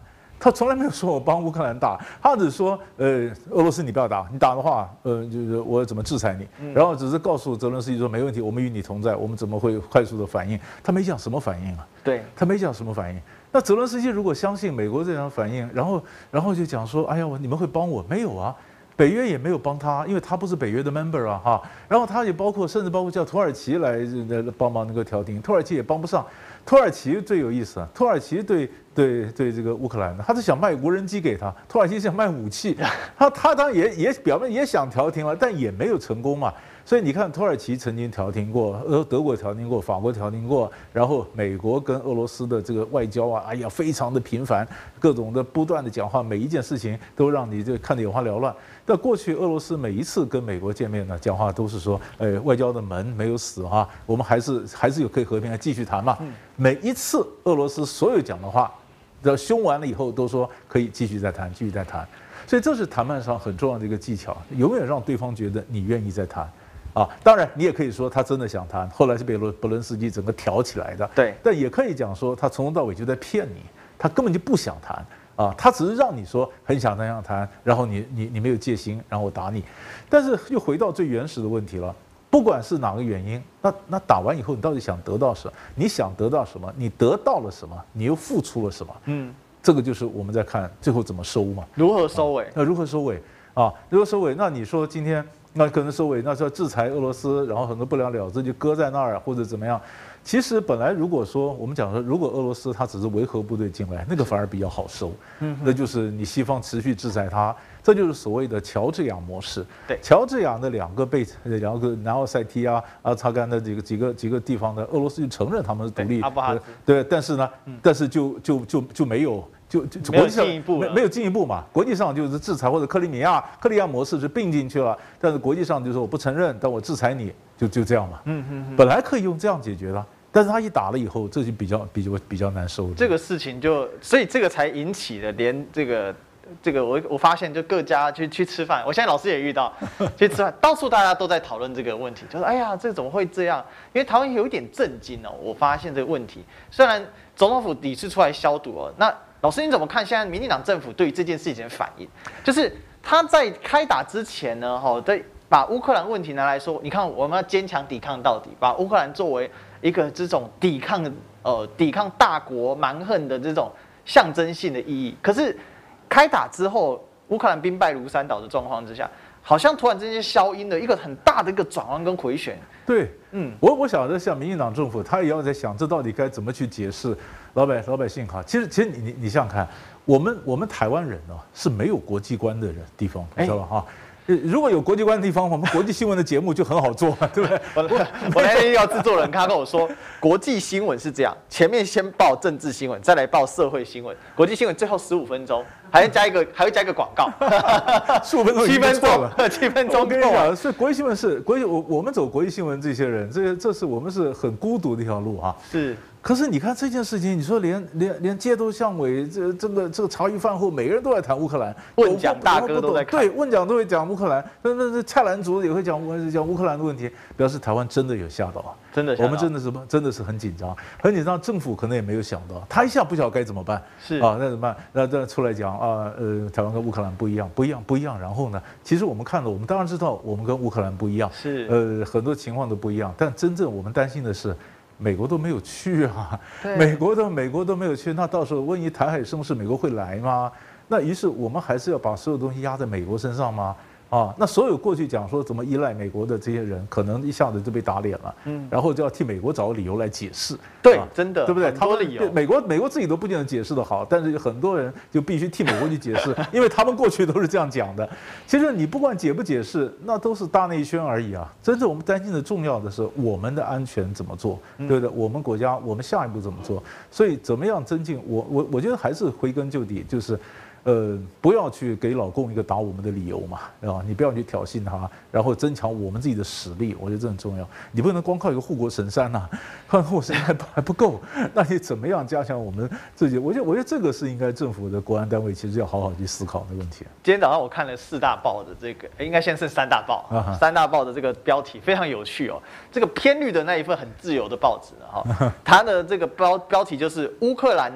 他从来没有说我帮乌克兰打，他只说俄罗斯你不要打，你打的话就是我怎么制裁你，然后只是告诉泽伦斯基说没问题，我们与你同在，我们怎么会快速的反应？他没讲什么反应啊， 对， 他没讲什么反应。那泽伦斯基如果相信美国这样反应，然后就讲说，哎呀，你们会帮我？没有啊。北约也没有帮他，因为他不是北约的 member 啊，哈。然后他也甚至包括叫土耳其来帮忙那个调停，土耳其也帮不上。土耳其最有意思啊，土耳其对这个乌克兰呢，他是想卖无人机给他，土耳其想卖武器，他当然也表面也想调停了，但也没有成功嘛。所以你看，土耳其曾经调停过，德国调停过，法国调停过，然后美国跟俄罗斯的这个外交啊，哎呀，非常的频繁，各种的不断的讲话，每一件事情都让你这看得眼花缭乱。但过去俄罗斯每一次跟美国见面呢，讲话都是说，外交的门没有死啊，我们还是有可以和平来继续谈嘛。每一次俄罗斯所有讲的话，凶完了以后都说可以继续再谈，继续再谈。所以这是谈判上很重要的一个技巧，永远让对方觉得你愿意再谈。啊，当然你也可以说他真的想谈，后来是被伯伦斯基整个挑起来的。 对， 但也可以讲说他从头到尾就在骗你，他根本就不想谈啊，他只是让你说很想谈，然后你没有戒心，然后我打你。但是又回到最原始的问题了，不管是哪个原因，那打完以后你到底想得到什么？你想得到什么？你得到了什么？你又付出了什么？这个就是我们在看最后怎么收嘛， 如何收尾？ 那如何收尾啊？如何收尾？那你说今天。那可能收尾，那是要制裁俄罗斯，然后很多不了了之就搁在那儿，或者怎么样。其实本来如果说我们讲说，如果俄罗斯它只是维和部队进来，那个反而比较好收。那就是你西方持续制裁它，这就是所谓的乔治亚模式。 对， 乔治亚的两个南奥塞梯啊、阿查干的几个地方的俄罗斯就承认他们是独立，对，但是呢，就没有。就国际上没有进一步嘛，国际上就是制裁或者克里米亚模式是并进去了，但是国际上就是我不承认，但我制裁你，就这样嘛。本来可以用这样解决的，但是他一打了以后，这就比较难受。 这个事情所以这个才引起了连这个我发现就各家去吃饭，我现在老师也遇到去吃饭，到处大家都在讨论这个问题，就是哎呀，这怎么会这样？因为台湾有一点震惊哦，我发现这个问题，虽然总统府理事出来消毒哦，那老师你怎么看现在民进党政府对于这件事情的反应？就是他在开打之前呢，把乌克兰问题拿来说，你看我们要坚强抵抗到底，把乌克兰作为一个这种抵抗大国蛮横的这种象征性的意义。可是开打之后，乌克兰兵败如山倒的状况之下，好像突然之间消音了一个很大的一个转弯跟回旋。 对，我想着像民进党政府，他也要在想这到底该怎么去解释老百姓哈。其实你想想看，我们台湾人呢是没有国际观的地方，你知道吧哈？如果有国际观的地方，我们国际新闻的节目就很好做，对不对？ 我那天遇到制作人，他跟我说，国际新闻是这样，前面先报政治新闻，再来报社会新闻，国际新闻最后15分钟，还会加一个广告 ，15分钟 7分钟，7分钟。 我跟你讲，所以国际新闻是国际，我们走国际新闻这些人，这是我们是很孤独的一条路啊。 是。 可是你看这件事情，你说连街头巷尾，这个茶余饭后，每个人都在谈乌克兰， 问讲大哥都在看， 对，问讲都会讲乌克兰，那蔡澜族也会讲乌克兰的问题，表示台湾真的有吓到啊， 真的， 我们真的是很紧张，政府可能也没有想到，他一下不晓得该怎么办， 是啊，那怎么办？那出来讲啊，台湾跟乌克兰不一样，然后呢，其实我们看了，我们当然知道我们跟乌克兰不一样， 是， 很多情况都不一样，但真正我们担心的是。美国都没有去啊，美国都没有去，那到时候万一台海升势，美国会来吗？那于是我们还是要把所有东西压在美国身上吗？啊，那所有过去讲说怎么依赖美国的这些人，可能一下子就被打脸了，然后就要替美国找个理由来解释， 对，真的， 对不对？ 他们理由， 美国自己都不见得解释得好，但是很多人就必须替美国去解释，因为他们过去都是这样讲的。其实你不管解不解释，那都是大内宣而已啊。真正我们担心的重要的是我们的安全怎么做，对不对？我们国家我们下一步怎么做？所以怎么样增进？我觉得还是归根究底就是。不要去给老共一个打我们的理由嘛，啊，你不要去挑衅他，然后增强我们自己的实力，我觉得这很重要。你不能光靠一个护国神山呐，靠护国神山还不够，那你怎么样加强我们自己？我觉得这个是应该政府的国安单位其实要好好去思考的问题。 今天早上我看了4大报的这个，应该先是3大报，3大报的这个标题非常有趣哦。这个偏绿的那一份很自由的报纸哈，它的这个标题就是乌克兰呢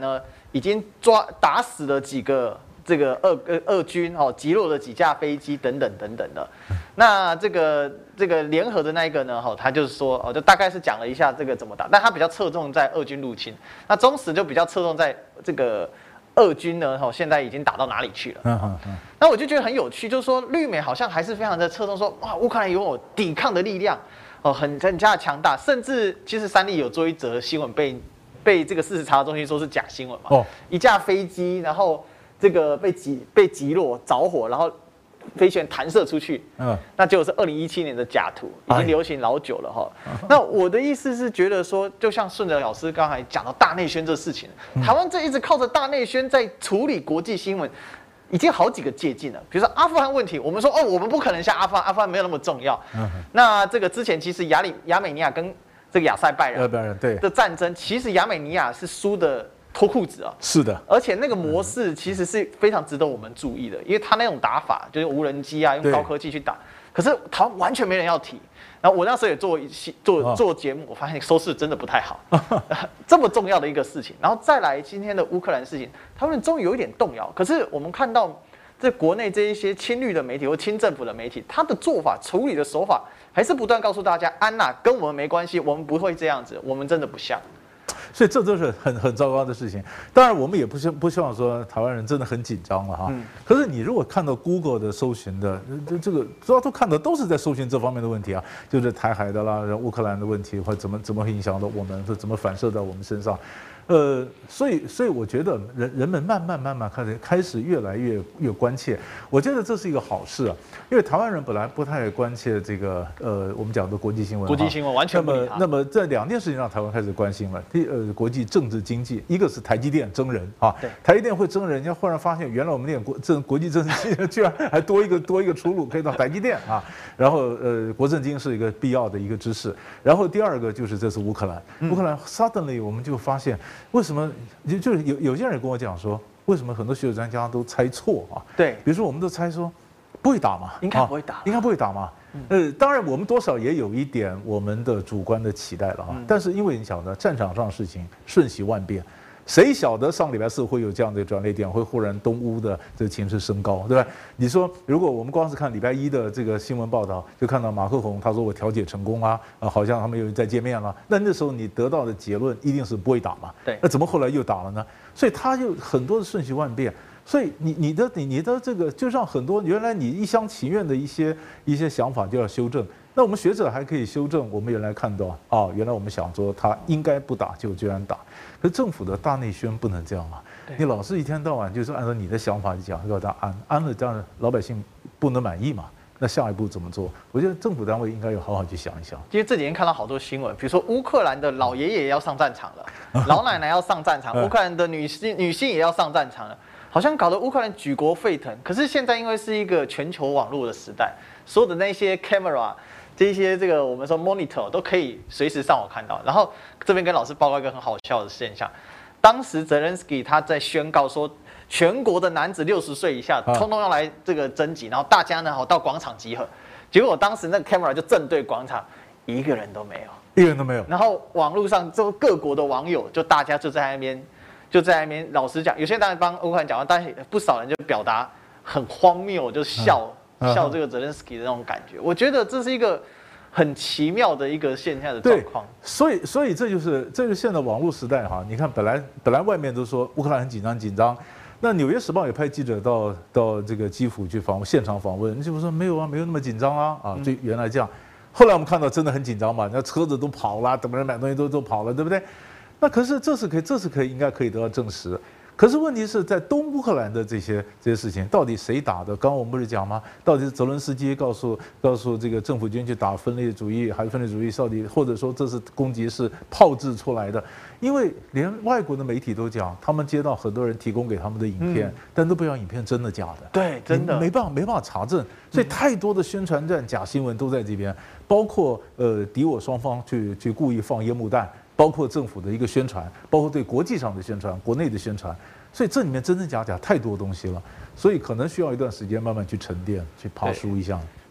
已经打死了几个这个俄军哦，击落了几架飞机等等等等的。那这个联合的那一个呢，他就是说就大概是讲了一下这个怎么打，但他比较侧重在俄军入侵。那中时就比较侧重在这个俄军呢，现在已经打到哪里去了？那我就觉得很有趣，就是说绿美好像还是非常的侧重说，哇，乌克兰拥有抵抗的力量，很加的强大，甚至其实三立有做一则新闻被这个事实查核中心说是假新闻嘛，一架飞机然后这个被击落着火，然后飞行员弹射出去，那结果是2017年的假图，已经流行老久了哈。那我的意思是觉得说，就像顺着老师刚才讲到大内宣这事情，台湾这一直靠着大内宣在处理国际新闻，已经好几个借鉴了。比如说阿富汗问题，我们说我们不可能像阿富汗没有那么重要。那这个之前其实亚美尼亚跟这个亚塞拜然的战争，其实亚美尼亚是输的脱裤子啊， 是的， 而且那个模式其实是非常值得我们注意的，因为他那种打法就是无人机啊，用高科技去打，可是台湾完全没人要提。然后我那时候也做节目，我发现收视真的不太好，这么重要的一个事情。然后再来今天的乌克兰事情，他们终于有一点动摇。可是我们看到在国内这一些亲绿的媒体或亲政府的媒体，他的做法、处理的手法，还是不断告诉大家，安娜跟我们没关系，我们不会这样子，我们真的不像。 所以这都是很糟糕的事情。当然，我们也不希望说台湾人真的很紧张了哈。可是你如果看到 Google 的搜寻的这个，主要都看到都是在搜寻这方面的问题啊，就是台海的啦、乌克兰的问题，或者怎么会影响到我们，或怎么反射到我们身上。所以我觉得人们慢慢开始越来越关切，我觉得这是一个好事啊，因为台湾人本来不太关切这个我们讲的国际新闻， 国际新闻完全不理他。 那么这2件事情让台湾开始关心了，国际政治经济，一个是台积电征人啊，台积电会征人，人家忽然发现原来我们国际政治居然还多一个出路可以到台积电啊，然后国政经是一个必要的一个知识，然后第二个就是这次乌克兰 suddenly 我们就发现。为什么就是有些人跟我讲说，为什么很多学者专家都猜错啊？ 对， 比如说我们都猜说不会打嘛， 应该不会打， 应该不会打嘛。当然我们多少也有一点我们的主观的期待了啊。但是因为你晓得战场上的事情瞬息万变，谁晓得上礼拜四会有这样的转捩点，会忽然东乌的这个情势升高，对吧？你说如果我们光是看礼拜一的这个新闻报道，就看到马克宏他说我调解成功啊，好像他们又在见面了，那时候你得到的结论一定是不会打嘛。 对， 那怎么后来又打了呢？所以他就很多的瞬息万变。所以你的这个就让很多原来你一厢情愿的一些想法就要修正。那我们学者还可以修正我们原来看到原来我们想说他应该不打，就居然打。可是政府的大内宣不能这样啊！你老是一天到晚就是按照你的想法讲，要他安了，这样老百姓不能满意嘛？那下一步怎么做？我觉得政府单位应该要好好去想一想。 因为这几天看到好多新闻，比如说乌克兰的老爷爷要上战场了，老奶奶要上战场，乌克兰的女性也要上战场了。好像搞得乌克兰举国沸腾，可是现在因为是一个全球网络的时代，所有的那些 camera， 这些这个我们说 monitor 都可以随时上网看到。然后这边跟老师报告一个很好笑的现象，当时泽连斯基他在宣告说，全国的男子60岁以下通通要来这个征集，然后大家呢到广场集合。结果当时那个 camera 就正对广场，一个人都没有， 一个人都没有。 然后网络上就各国的网友大家就在那边，老实讲，有些人当然帮乌克兰讲话，但是不少人就表达很荒谬，就笑这个泽连斯基的那种感觉。我觉得这是一个很奇妙的一个现象的状况。 所以这就是现在网络时代哈。你看本来外面都说乌克兰很紧张，那《纽约时报》也派记者到这个基辅去现场访问，就说没有啊，没有那么紧张啊，就原来这样。后来我们看到真的很紧张嘛，那车子都跑了，等人买东西都跑了，对不对？那可是这是可以应该可以得到证实。可是问题是在东乌克兰的这些事情，到底谁打的？刚刚我们不是讲吗？到底是泽伦斯基告诉这个政府军去打分裂主义，还是分裂主义到底，或者说这是攻击是炮制出来的？因为连外国的媒体都讲，他们接到很多人提供给他们的影片，但都不知道影片真的假的。 对，真的没办法查证，所以太多的宣传战、假新闻都在这边，包括敌我双方去故意放烟幕弹。包括政府的一个宣传，包括对国际上的宣传、国内的宣传，所以这里面真真假假太多东西了，所以可能需要一段时间慢慢去沉淀、去爬梳一下。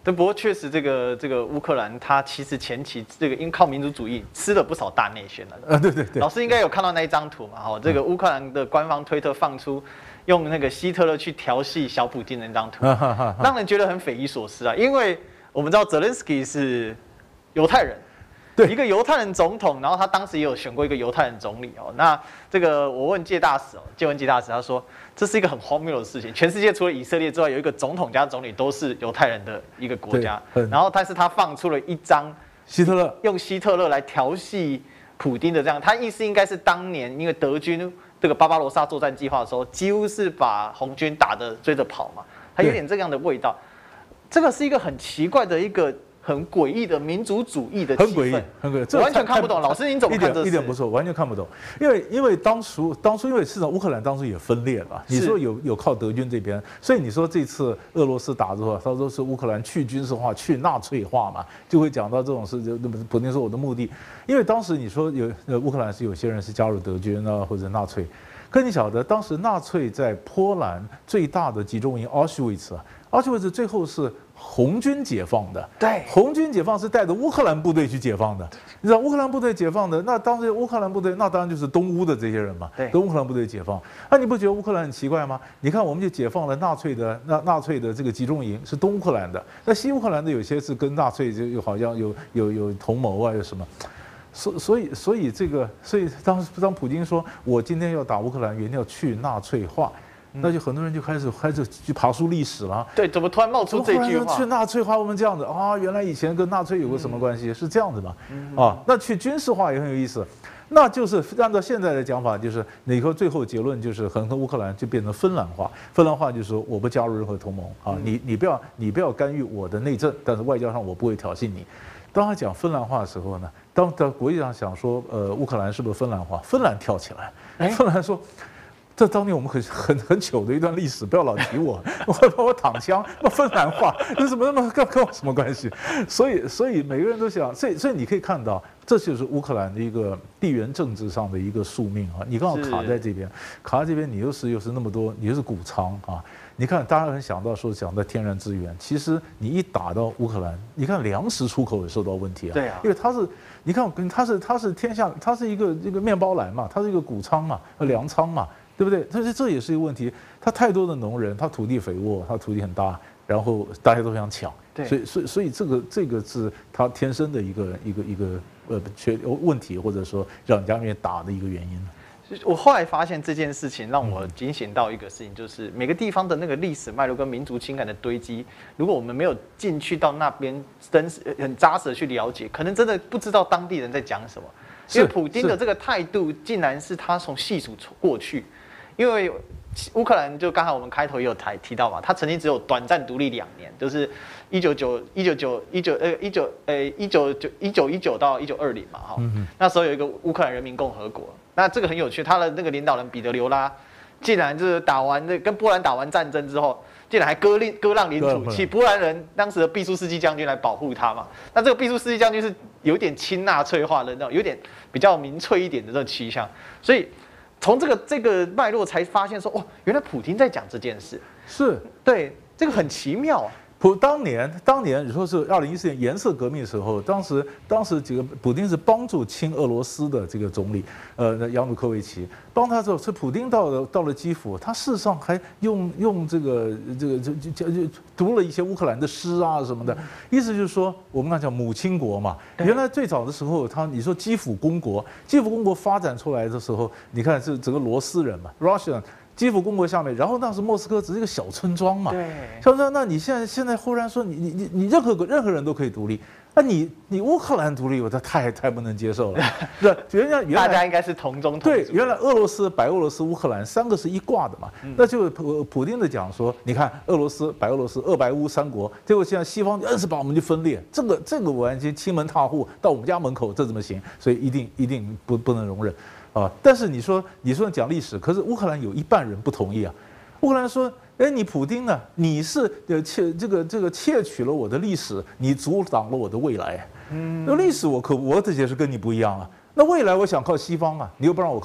但不过确实，这个乌克兰，它其实前期这个因靠民族主义吃了不少大内宣了。 对对对。 老师应该有看到那一张图嘛？哈，这个乌克兰的官方推特放出用那个希特勒去调戏小普京的那张图，让人觉得很匪夷所思啊。因为我们知道泽连斯基是犹太人。对，一个犹太人总统，然后他当时也有选过一个犹太人总理哦。那这个我问介文介大使，他说这是一个很荒谬的事情。全世界除了以色列之外，有一个总统加总理都是犹太人的一个国家。然后，但是他放出了一张希特勒用希特勒来调戏普丁的这样，他意思应该是当年因为德军这个巴巴罗萨作战计划的时候，几乎是把红军打得追着跑嘛，他有点这样的味道。这个是一个很奇怪的一个。很诡异的民族主义的气氛， 很诡异，很诡异， 我完全看不懂。老师，您怎么看这事？ 一点不错，完全看不懂。因为当初因为市场乌克兰当初也分裂了，你说有靠德军这边，所以你说这次俄罗斯打之后，他说是乌克兰去军事化、去纳粹化嘛，就会讲到这种事。就普京说我的目的，因为当时你说乌克兰是有些人是加入德军啊或者纳粹，可你晓得当时纳粹在波兰最大的集中营奥斯维茨最后是红军解放的， 对， 红军解放是带着乌克兰部队去解放的。你知道乌克兰部队解放的，那当时乌克兰部队那当然就是东乌的这些人嘛， 对， 跟乌克兰部队解放。那你不觉得乌克兰很奇怪吗？你看我们就解放了纳粹的这个集中营是东乌克兰的，那西乌克兰的有些是跟纳粹就好像有同谋啊，有什么？所以当普京说我今天要打乌克兰，原来要去纳粹化。那就很多人就开始去爬梳历史了。 对，怎么突然冒出这句话？ 去纳粹化，我们这样子啊，原来以前跟纳粹有个什么关系？是这样子嘛？啊，那去军事化也很有意思。那就是按照现在的讲法，就是以后最后结论就是很多乌克兰就变成芬兰化。芬兰化就是说我不加入任何同盟啊，你不要干预我的内政，但是外交上我不会挑衅你。当他讲芬兰话的时候呢，当国际上想说乌克兰是不是芬兰化，芬兰跳起来，芬兰说。这当年我们很糗的一段历史，不要老提我，我躺枪，那芬兰话，那怎么那么跟我什么关系？所以每个人都想，所以你可以看到，这就是乌克兰的一个地缘政治上的一个宿命啊！你刚好卡在这边，你又是那么多，你又是谷仓啊！你看，大家很想到天然资源，其实你一打到乌克兰，你看粮食出口也受到问题啊。 对啊， 因为你看它是天下，它是一个面包篮嘛，它是一个谷仓嘛，粮仓嘛。对不对？但是这也是一个问题。他太多的农人，他土地肥沃，他土地很大，然后大家都想抢，所以这个是他天生的一个问题，或者说让人家面打的一个原因。 我后来发现这件事情让我警醒到一个事情，就是每个地方的那个历史脉络跟民族情感的堆积，如果我们没有进去到那边很扎实的去了解，可能真的不知道当地人在讲什么。因为普丁的这个态度，竟然是他从细数过去。因为乌克兰就刚才我们开头也有提到嘛，他曾经只有短暂独立2年，就是1919到1920嘛，哈，那时候有一个乌克兰人民共和国。那这个很有趣，他的那个领导人彼得刘拉，竟然就是跟波兰打完战争之后，竟然还割让领土，请波兰人当时的毕苏斯基将军来保护他嘛。那这个毕苏斯基将军是有点亲纳粹化的那种，有点比较民粹一点的这种倾向，所以。从这个脉络才发现说，哦，原来普丁在讲这件事， 是对，这个很奇妙啊。 当年你说是2014年颜色革命的时候，当时几个普丁是帮助亲俄罗斯的这个总理，扬努科维奇帮他之后，是普丁到了基辅，他事实上还用这个读了一些乌克兰的诗啊什么的，意思就是说我们刚才讲母亲国嘛，原来最早的时候，你说基辅公国发展出来的时候，你看是整个罗斯人嘛 ，Russian。基辅公国下面，然后那时莫斯科只是一个小村庄嘛， 对， 小村庄。那你现在忽然说你任何人都可以独立，那你乌克兰独立，我这太不能接受了。原来大家应该是同宗同族。 对，原来俄罗斯、白俄罗斯、乌克兰3个是一挂的嘛，那就普丁的讲说，你看俄罗斯、白俄罗斯、俄白乌3国，结果现在西方硬是把我们就分裂，这个完全欺门踏户到我们家门口，这怎么行？所以一定不能容忍。啊！但是你说讲历史，可是乌克兰有一半人不同意啊。乌克兰说：“哎，你普丁呢？你是窃取了我的历史，你阻挡了我的未来。那历史我这些是跟你不一样啊。那未来我想靠西方啊，你又不让我靠。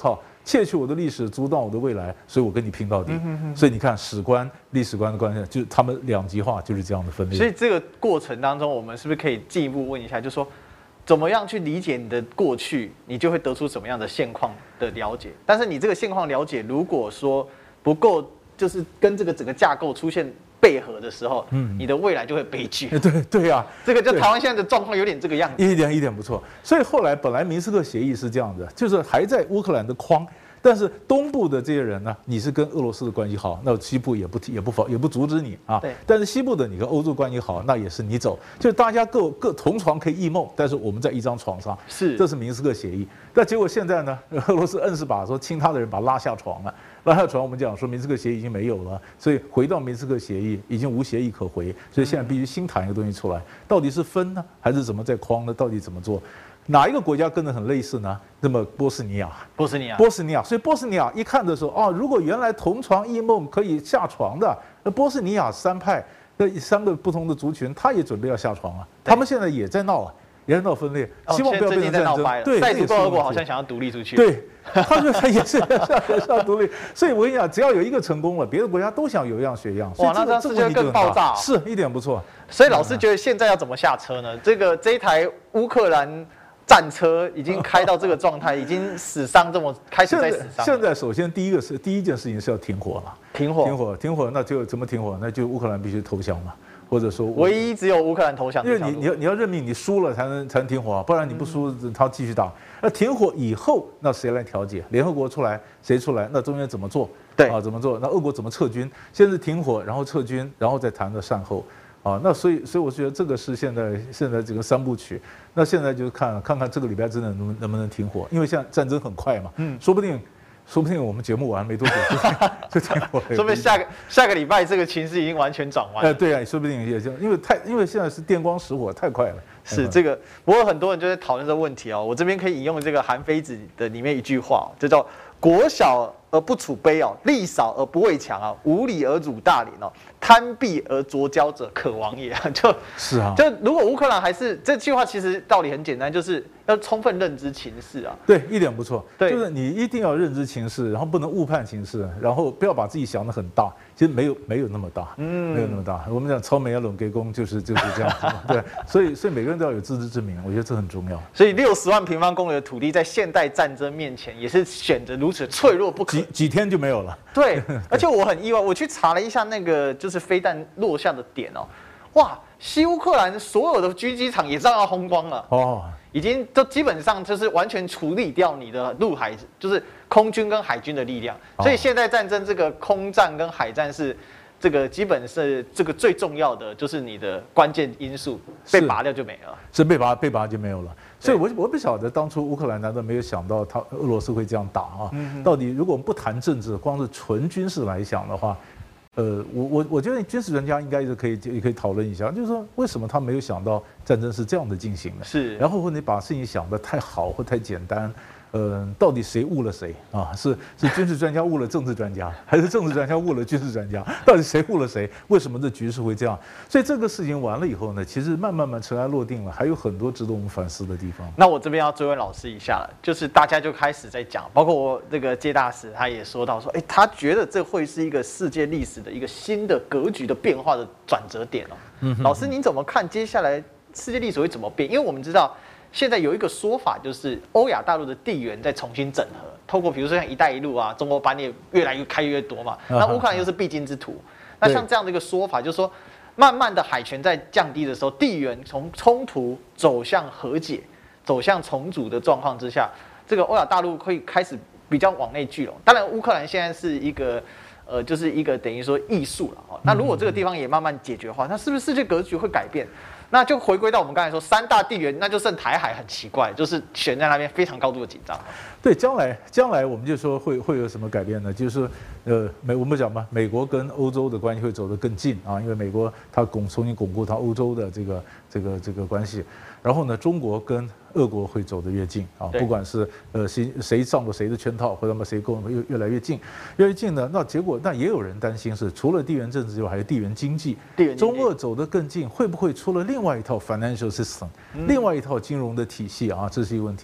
窃取我的历史，阻挡我的未来，所以我跟你拼到底。所以你看史观、历史观的关系，就是他们两极化就是这样的分裂。 所以这个过程当中，我们是不是可以进一步问一下，就是说，怎么样去理解你的过去，你就会得出什么样的现况的了解。但是你这个现况了解，如果说不够，就是跟这个整个架构出现背合的时候，你的未来就会悲剧。 对呀， 这个就台湾现在的状况有点这个样子， 一点不错。所以后来本来明斯克协议是这样的，就是还在乌克兰的框。但是东部的这些人呢，你是跟俄罗斯的关系好，那西部也不阻止你啊。但是西部的你跟欧洲关系好，那也是你走，就大家各同床可以异梦，但是我们在一张床上，这是明斯克协议。但结果现在呢，俄罗斯硬是把说亲他的人把他拉下床了，拉下床我们讲说明斯克协议已经没有了，所以回到明斯克协议已经无协议可回，所以现在必须新谈一个东西出来，到底是分呢，还是怎么在框呢？到底怎么做？哪一个国家跟得很类似呢？那么波斯尼亚，所以波斯尼亚一看的时候，哦，如果原来同床异梦可以下床的，那波斯尼亚三派，那3个不同的族群，他也准备要下床了。他们现在也在闹啊，也在闹分裂，希望不要变成战争。 对，塞族共和国好像想要独立出去。 对，他说他也是要独立。所以我跟你讲，只要有一个成功了，别的国家都想有样学样。 哇，那这样世界更爆炸。 是一点不错。 所以老师觉得现在要怎么下车呢？这一台乌克兰战车已经开到这个状态，已经死伤开始在死伤。 现在首先第一件事情是要停火了。停火，那就怎么停火？那就乌克兰必须投降嘛，或者说唯一只有乌克兰投降。 因为你要认命，你输了才能停火，不然你不输他继续打。那停火以后，那谁来调解？联合国出来，谁出来？那中间怎么做？ 对啊，怎么做？那俄国怎么撤军？先是停火，然后撤军，然后再谈的善后。啊，那所以我觉得这个是现在这个3部曲。那现在就是看看这个礼拜真的能不能停火，因为现在战争很快嘛，说不定我们节目完没多久就停火了， 说不定下个礼拜这个情势已经完全转弯。 对啊，说不定也就因为现在是电光石火太快了。 是这个，不过很多人就在讨论这个问题哦。我这边可以引用这个韩非子的里面一句话，就叫“国小而不处卑哦，力少而不畏强啊，无礼而辱大廉哦，贪鄙而浊交者，可亡也”。 就是啊， 就如果乌克兰还是这句话，其实道理很简单，就是要充分认知情势啊。 对，一点不错。 对， 就是你一定要认知情势，然后不能误判情势，然后不要把自己想得很大，其实没有那么大，没有那么大。我们讲超美要拢给公，就是这样子嘛。对，所以每个人都要有自知之明，我觉得这很重要。 所以60万平方公里的土地，在现代战争面前，也是显得如此脆弱不可。 几天就没有了。 对，而且我很意外，我去查了一下那个就是飞弹落下的点哦，哇，西乌克兰所有的军机场也照样轰光了哦，已经都基本上就是完全处理掉你的陆海，就是空军跟海军的力量。所以现代战争这个空战跟海战是这个基本是这个最重要的，就是你的关键因素被拔掉就没了， 是被拔就没有了。所以我不晓得当初乌克兰难道没有想到俄罗斯会这样打啊？到底如果我们不谈政治，光是纯军事来想的话，我觉得军事专家应该是可以讨论一下，就是说为什么他没有想到战争是这样的进行的？ 是， 然后或者你把事情想得太好或太简单。到底谁误了谁啊？是军事专家误了政治专家，还是政治专家误了军事专家？到底谁误了谁？为什么这局势会这样？所以这个事情完了以后呢，其实慢慢尘埃落定了，还有很多值得我们反思的地方。 那我这边要追问老师一下了，就是大家就开始在讲，包括我这个介大使他也说到说，他觉得这会是一个世界历史的一个新的格局的变化的转折点哦。老师您怎么看接下来世界历史会怎么变？因为我们知道。现在有一个说法，就是欧亚大陆的地缘在重新整合，透过比如说像“一带一路”啊，中国班列越来越开越多嘛，那乌克兰又是必经之途。那像这样的一个说法，就是说，慢慢的海权在降低的时候，地缘从冲突走向和解、走向重组的状况之下，这个欧亚大陆会开始比较往内聚拢。当然，乌克兰现在是一个就是一个等于说艺术了哦。那如果这个地方也慢慢解决的话，那是不是世界格局会改变？那就回归到我们刚才说3大地缘，那就剩台海很奇怪，就是悬在那边非常高度的紧张。 对，将来我们就说会有什么改变呢？就是我们讲嘛，美国跟欧洲的关系会走得更近啊，因为美国它重新巩固它欧洲的这个关系，然后呢，中国跟俄国会走得越近啊，不管是谁上了谁的圈套，或者谁跟我们越来越近，呢，那结果那也有人担心是除了地缘政治之外，还有地缘经济，中俄走得更近，会不会出了另外一套 financial system，另外一套金融的体系啊？这是一个问题。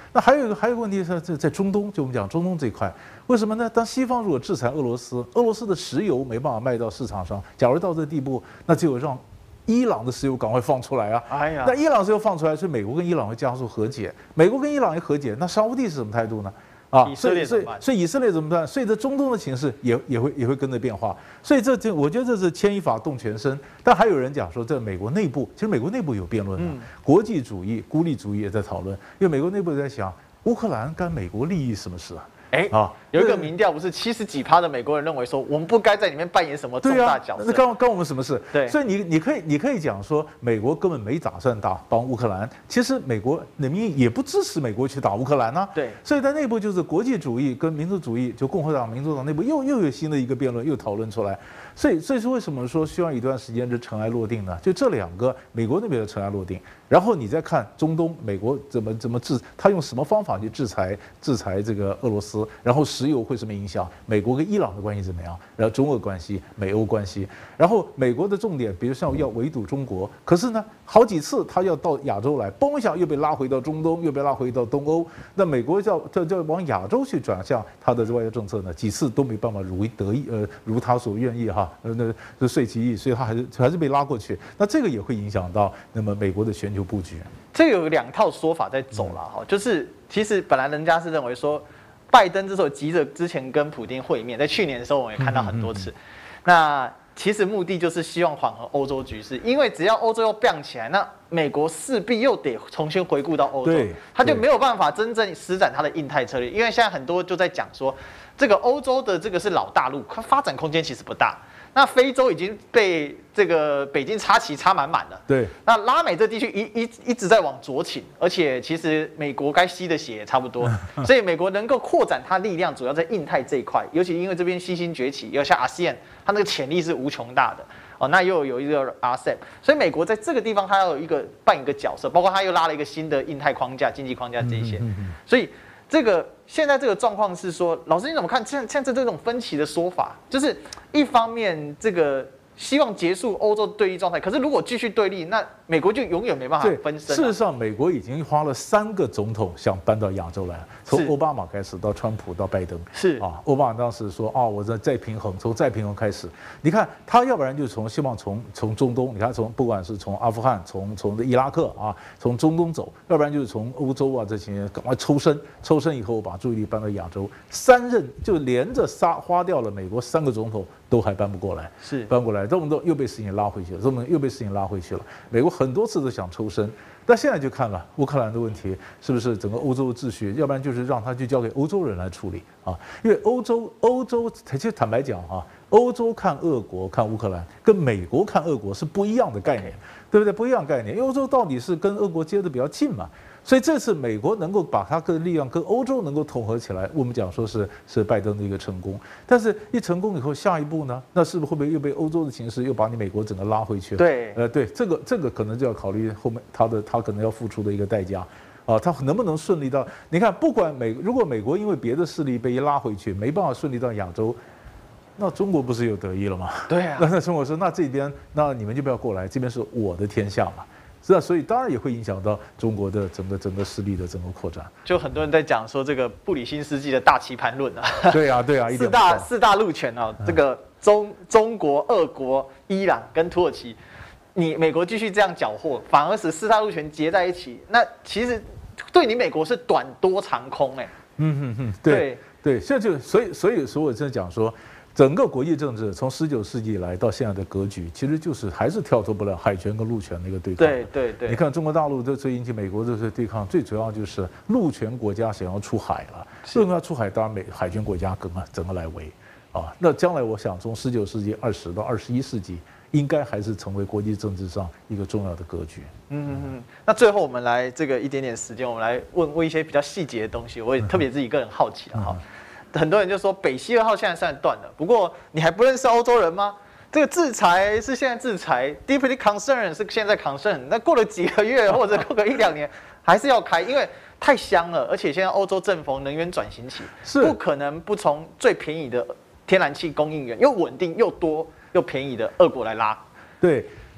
那还有一个问题是在中东，就我们讲中东这一块，为什么呢？当西方如果制裁俄罗斯，俄罗斯的石油没办法卖到市场上，假如到这个地步，那只有让伊朗的石油赶快放出来啊！ 哎呀， 那伊朗石油放出来，所以美国跟伊朗会加速和解。美国跟伊朗一和解，那沙烏地是什么态度呢？ 以色列怎么办？ 所以以色列怎么办？所以这中东的情势也会跟着变化。所以我觉得这是牵一发动全身。但还有人讲说，在美国内部，其实美国内部有辩论的，国际主义、孤立主义也在讨论。因为美国内部也在想，乌克兰干美国利益什么事啊？ 有一个民调不是70几%的美国人认为说，我们不该在里面扮演什么重大角色。 那关我们什么事？对，所以你可以讲说，美国根本没打算帮乌克兰。其实美国人民也不支持美国去打乌克兰啊。 对， 所以在内部就是国际主义跟民族主义，就共和党、民主党内部又有新的一个辩论，又讨论出来。所以说为什么说需要一段时间这尘埃落定呢？就这两个，美国那边的尘埃落定，然后你再看中东，美国怎么他用什么方法去制裁这个俄罗斯，然后石油会什么影响？美国跟伊朗的关系怎么样？然后中俄关系、美欧关系，然后美国的重点，比如像要围堵中国，可是呢，好几次他要到亚洲来，嘣一下又被拉回到中东，又被拉回到东欧。那美国要往亚洲去转向他的外交政策呢，几次都没办法如他所愿意哈，那遂其意，所以他还是被拉过去。那这个也会影响到那么美国的全球布局。 这个有2套说法在走了哈，就是其实本来人家是认为说，拜登之所以急着之前跟普丁会面，在去年的时候我们也看到很多次，那其实目的就是希望缓和欧洲局势，因为只要欧洲又变起来，那美国势必又得重新回顾到欧洲，他就没有办法真正施展他的印太策略，因为现在很多就在讲说，这个欧洲的这个是老大陆，它发展空间其实不大。那非洲已经被这个北京插旗插满了， 对。 那拉美这地区一直在往左倾，而且其实美国该吸的血也差不多，所以美国能够扩展它力量，主要在印太这一块，尤其因为这边新兴崛起，要像 ASEAN， 它那个潜力是无穷大的哦。那又有一个 RCEP， 所以美国在这个地方它要有扮一个角色，包括它又拉了一个新的印太框架、经济框架这一些，所以。现在这个状况是说，老师你怎么看？现在这种分歧的说法，就是一方面这个希望结束欧洲对立状态，可是如果继续对立，那美国就永远没办法分身。 事实上，美国已经花了3个总统想搬到亚洲来，从奥巴马开始到川普到拜登。 是啊，奥巴马当时说我再平衡，从再平衡开始。你看他要不然就希望从中东，你看不管是从阿富汗、从伊拉克啊，从中东走，要不然就是从欧洲啊这些赶快抽身以后把注意力搬到亚洲。3任就连着花掉了美国3个总统。都还搬不过来， 是搬过来，这么多又被事情拉回去了，又被事情拉回去了。美国很多次都想抽身，但现在就看了乌克兰的问题是不是整个欧洲的秩序，要不然就是让他去交给欧洲人来处理啊。因为欧洲，其实坦白讲啊，欧洲看俄国、看乌克兰，跟美国看俄国是不一样的概念，对不对？不一样概念。欧洲到底是跟俄国接得比较近嘛？所以这次美国能够把它的力量跟欧洲能够统合起来，我们讲说是拜登的一个成功。但是一成功以后，下一步呢？那是不是会不会又被欧洲的情势又把你美国整个拉回去？ 对， 对，这个可能就要考虑后面他可能要付出的一个代价。他能不能顺利到？你看，不管如果美国因为别的势力被一拉回去，没办法顺利到亚洲，那中国不是有得益了吗？ 对啊。 那中国说，那这边那你们就不要过来，这边是我的天下嘛。是啊，所以当然也会影响到中国的整个势力的整个扩展。 就很多人在讲说这个布里新斯基的大棋盘论啊。 对啊， 四大陆权啊，这个中国、俄国、伊朗跟土耳其，你美国继续这样缴获，反而使4大陆权结在一起，那其实对你美国是短多长空哎。 对，现在就所以我真的讲说。整个国际政治从19世纪以来到现在的格局，其实就是还是跳脱不了海权跟陆权的一个对抗。 对。 你看中国大陆这引起美国的对抗，最主要就是陆权国家想要出海了，陆权要出海，当然海权国家整个来围啊。那将来我想从19世纪20到21世纪，应该还是成为国际政治上一个重要的格局。 那最后我们来这个一点点时间，我们来问一些比较细节的东西，我也特别自己个人好奇了哈。很多人就说北溪2号现在算断了，不过你还不认识欧洲人吗？这个制裁是现在制裁 ，deeply concern 是现在 concern， 那过了几个月或者过个1-2年还是要开，因为太香了，而且现在欧洲正逢能源转型期，不可能不从最便宜的天然气供应源又稳定又多又便宜的俄国来拉。 对。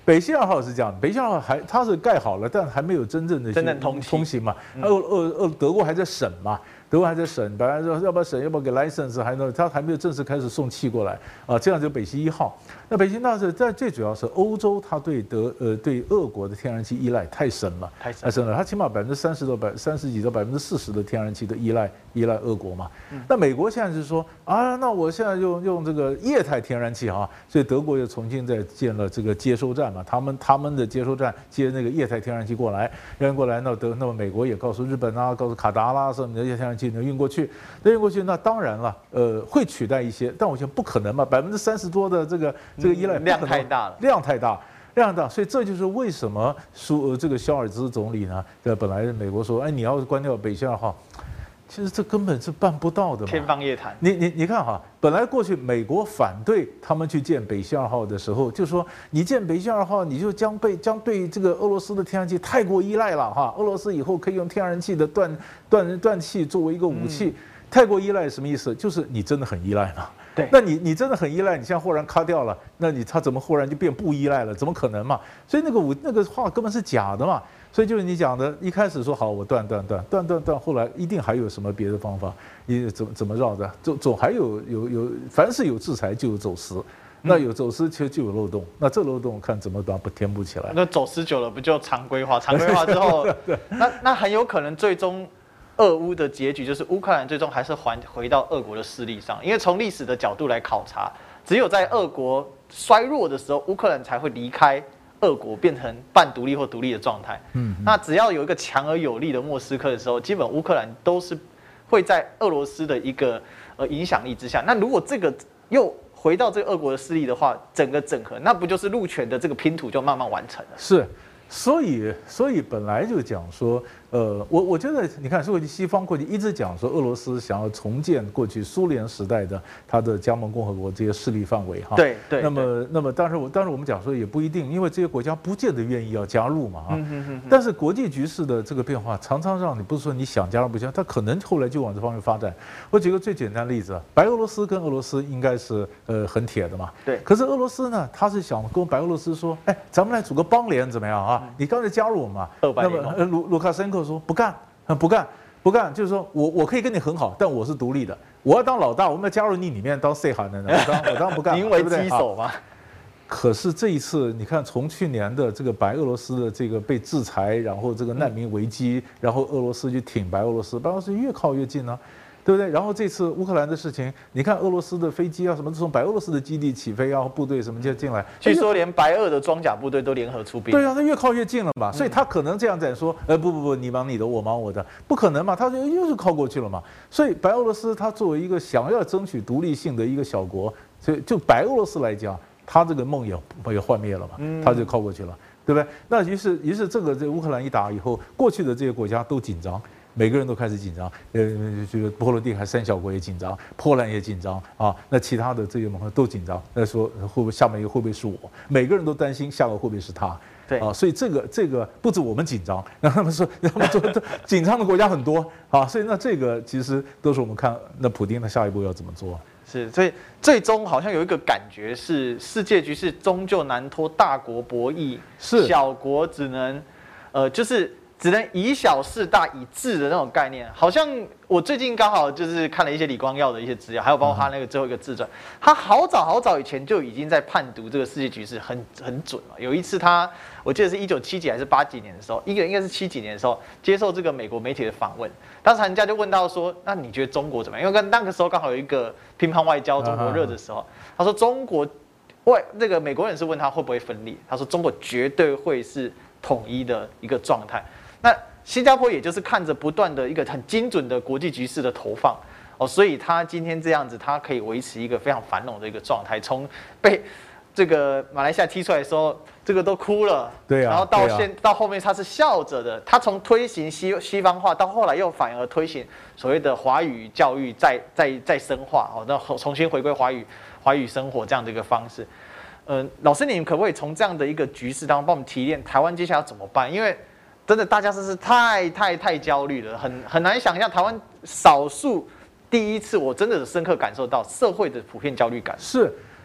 北溪2号是这样，北溪2号它是盖好了，但还没有真正通行嘛。德国还在审嘛。德国还在审，本来说要不要审，要不要给 license， 他还没有正式开始送气过来啊，这样就北溪1号。那北溪1号是在最主要是欧洲，它对俄国的天然气依赖太深了，太深了，它起码30%到30几到40%的天然气都依赖俄国嘛。那美国现在是说啊，那我现在用这个液态天然气啊，所以德国又重新再建了这个接收站嘛，他们的接收站接那个液态天然气过来，那么美国也告诉日本啊，告诉卡达啦什么的液态天然气能运过去，那当然了，会取代一些，但我觉得不可能嘛，30%多的这个依赖量太大了， 量太大，所以这就是为什么这个肖尔兹总理呢，本来美国说，哎，你要关掉北溪2号。其实这根本是办不到的嘛， 天方夜谭。 你看哈，本来过去美国反对他们去建北溪2号的时候，就说你建北溪2号，你就将对这个俄罗斯的天然气太过依赖了哈，俄罗斯以后可以用天然气的断气作为一个武器，太过依赖什么意思？就是你真的很依赖嘛。 对， 那你真的很依赖，你现在忽然卡掉了，那他怎么忽然就变不依赖了？怎么可能嘛？所以那个话根本是假的嘛。所以就是你讲的，一开始说好我断，后来一定还有什么别的方法，你怎么绕的？总还有，凡是有制裁就有走私，那有走私其实就有漏洞，那这漏洞看怎么把它填补起来。 那走私久了不就常规化？常规化之后，那很有可能最终俄乌的结局就是乌克兰最终还是回到俄国的势力上，因为从历史的角度来考察，只有在俄国衰弱的时候，乌克兰才会离开俄国变成半独立或独立的状态。那只要有一个强而有力的莫斯科的时候，基本乌克兰都是会在俄罗斯的一个影响力之下。那如果这个又回到这个俄国的势力的话，整个整合，那不就是陆权的这个拼图就慢慢完成了？ 是。所以本来就讲说，我觉得你看，西方过去一直讲说，俄罗斯想要重建过去苏联时代的它的加盟共和国这些势力范围哈。 对。 那么，当然我们讲说也不一定，因为这些国家不见得愿意要加入嘛啊。但是国际局势的这个变化，常常让你不是说你想加入不加入，它可能后来就往这方面发展。我举个最简单的例子啊，白俄罗斯跟俄罗斯应该是很铁的嘛。 对。 可是俄罗斯呢，他是想跟白俄罗斯说，哎，咱们来组个邦联怎么样啊？你刚才加入我们嘛？那么卢卡申科说不干，就是说我可以跟你很好，但我是独立的，我要当老大，我们要加入你里面当 say 喊的，我当然不干， 宁为鸡首嘛。 可是这一次，你看从去年的这个白俄罗斯的这个被制裁，然后这个难民危机，然后俄罗斯去挺白俄罗斯，白俄罗斯越靠越近呢。对不对？然后这次乌克兰的事情，你看俄罗斯的飞机啊，什么从白俄罗斯的基地起飞啊，部队什么就进来， 据说连白俄的装甲部队都联合出兵。 对啊，他越靠越近了嘛，所以他可能这样在说，不，你忙你的，我忙我的，不可能嘛，他又是靠过去了嘛。所以白俄罗斯他作为一个想要争取独立性的一个小国，所以就白俄罗斯来讲，他这个梦也幻灭了嘛，他就靠过去了，对不对？那于是这乌克兰一打以后，过去的这些国家都紧张。每个人都开始紧张，这个波罗的海3小国也紧张，波兰也紧张啊，那其他的这些盟友都紧张，那说会不会下面一个会不会是我？每个人都担心下个会不会是他？ 对啊， 所以这个不止我们紧张，让他们说紧张的国家很多啊，所以那这个其实都是我们看那普丁的下一步要怎么做。 是，所以最终好像有一个感觉是，世界局势终究难脱大国博弈， 是小国只能就是只能以小事大以治的那种概念。好像我最近刚好就是看了一些李光耀的一些资料，还有包括他那个最后一个自传，他好早以前就已经在判读这个世界局势很准了。有一次我记得是1970几还是80几年的时候，应该是70几年的时候接受这个美国媒体的访问，当时人家就问到说，那你觉得中国怎么样？因为那个时候刚好有一个乒乓外交中国热的时候，他说中国那个美国人是问他会不会分裂，他说中国绝对会是统一的一个状态。那新加坡也就是看着不断的一个很精准的国际局势的投放所以他今天这样子，他可以维持一个非常繁荣的一个状态。从被这个马来西亚踢出来的时候，这个都哭了， 对啊， 然后到后面他是笑着的。他从推行西方化，到后来又反而推行所谓的华语教育再深化那重新回归华语生活这样的一个方式。老师，你们可不可以从这样的一个局势当中帮我们提炼台湾接下来要怎么办？因为真的大家真是太焦虑了，很难想象台湾少数第一次我真的深刻感受到社会的普遍焦虑感。 是，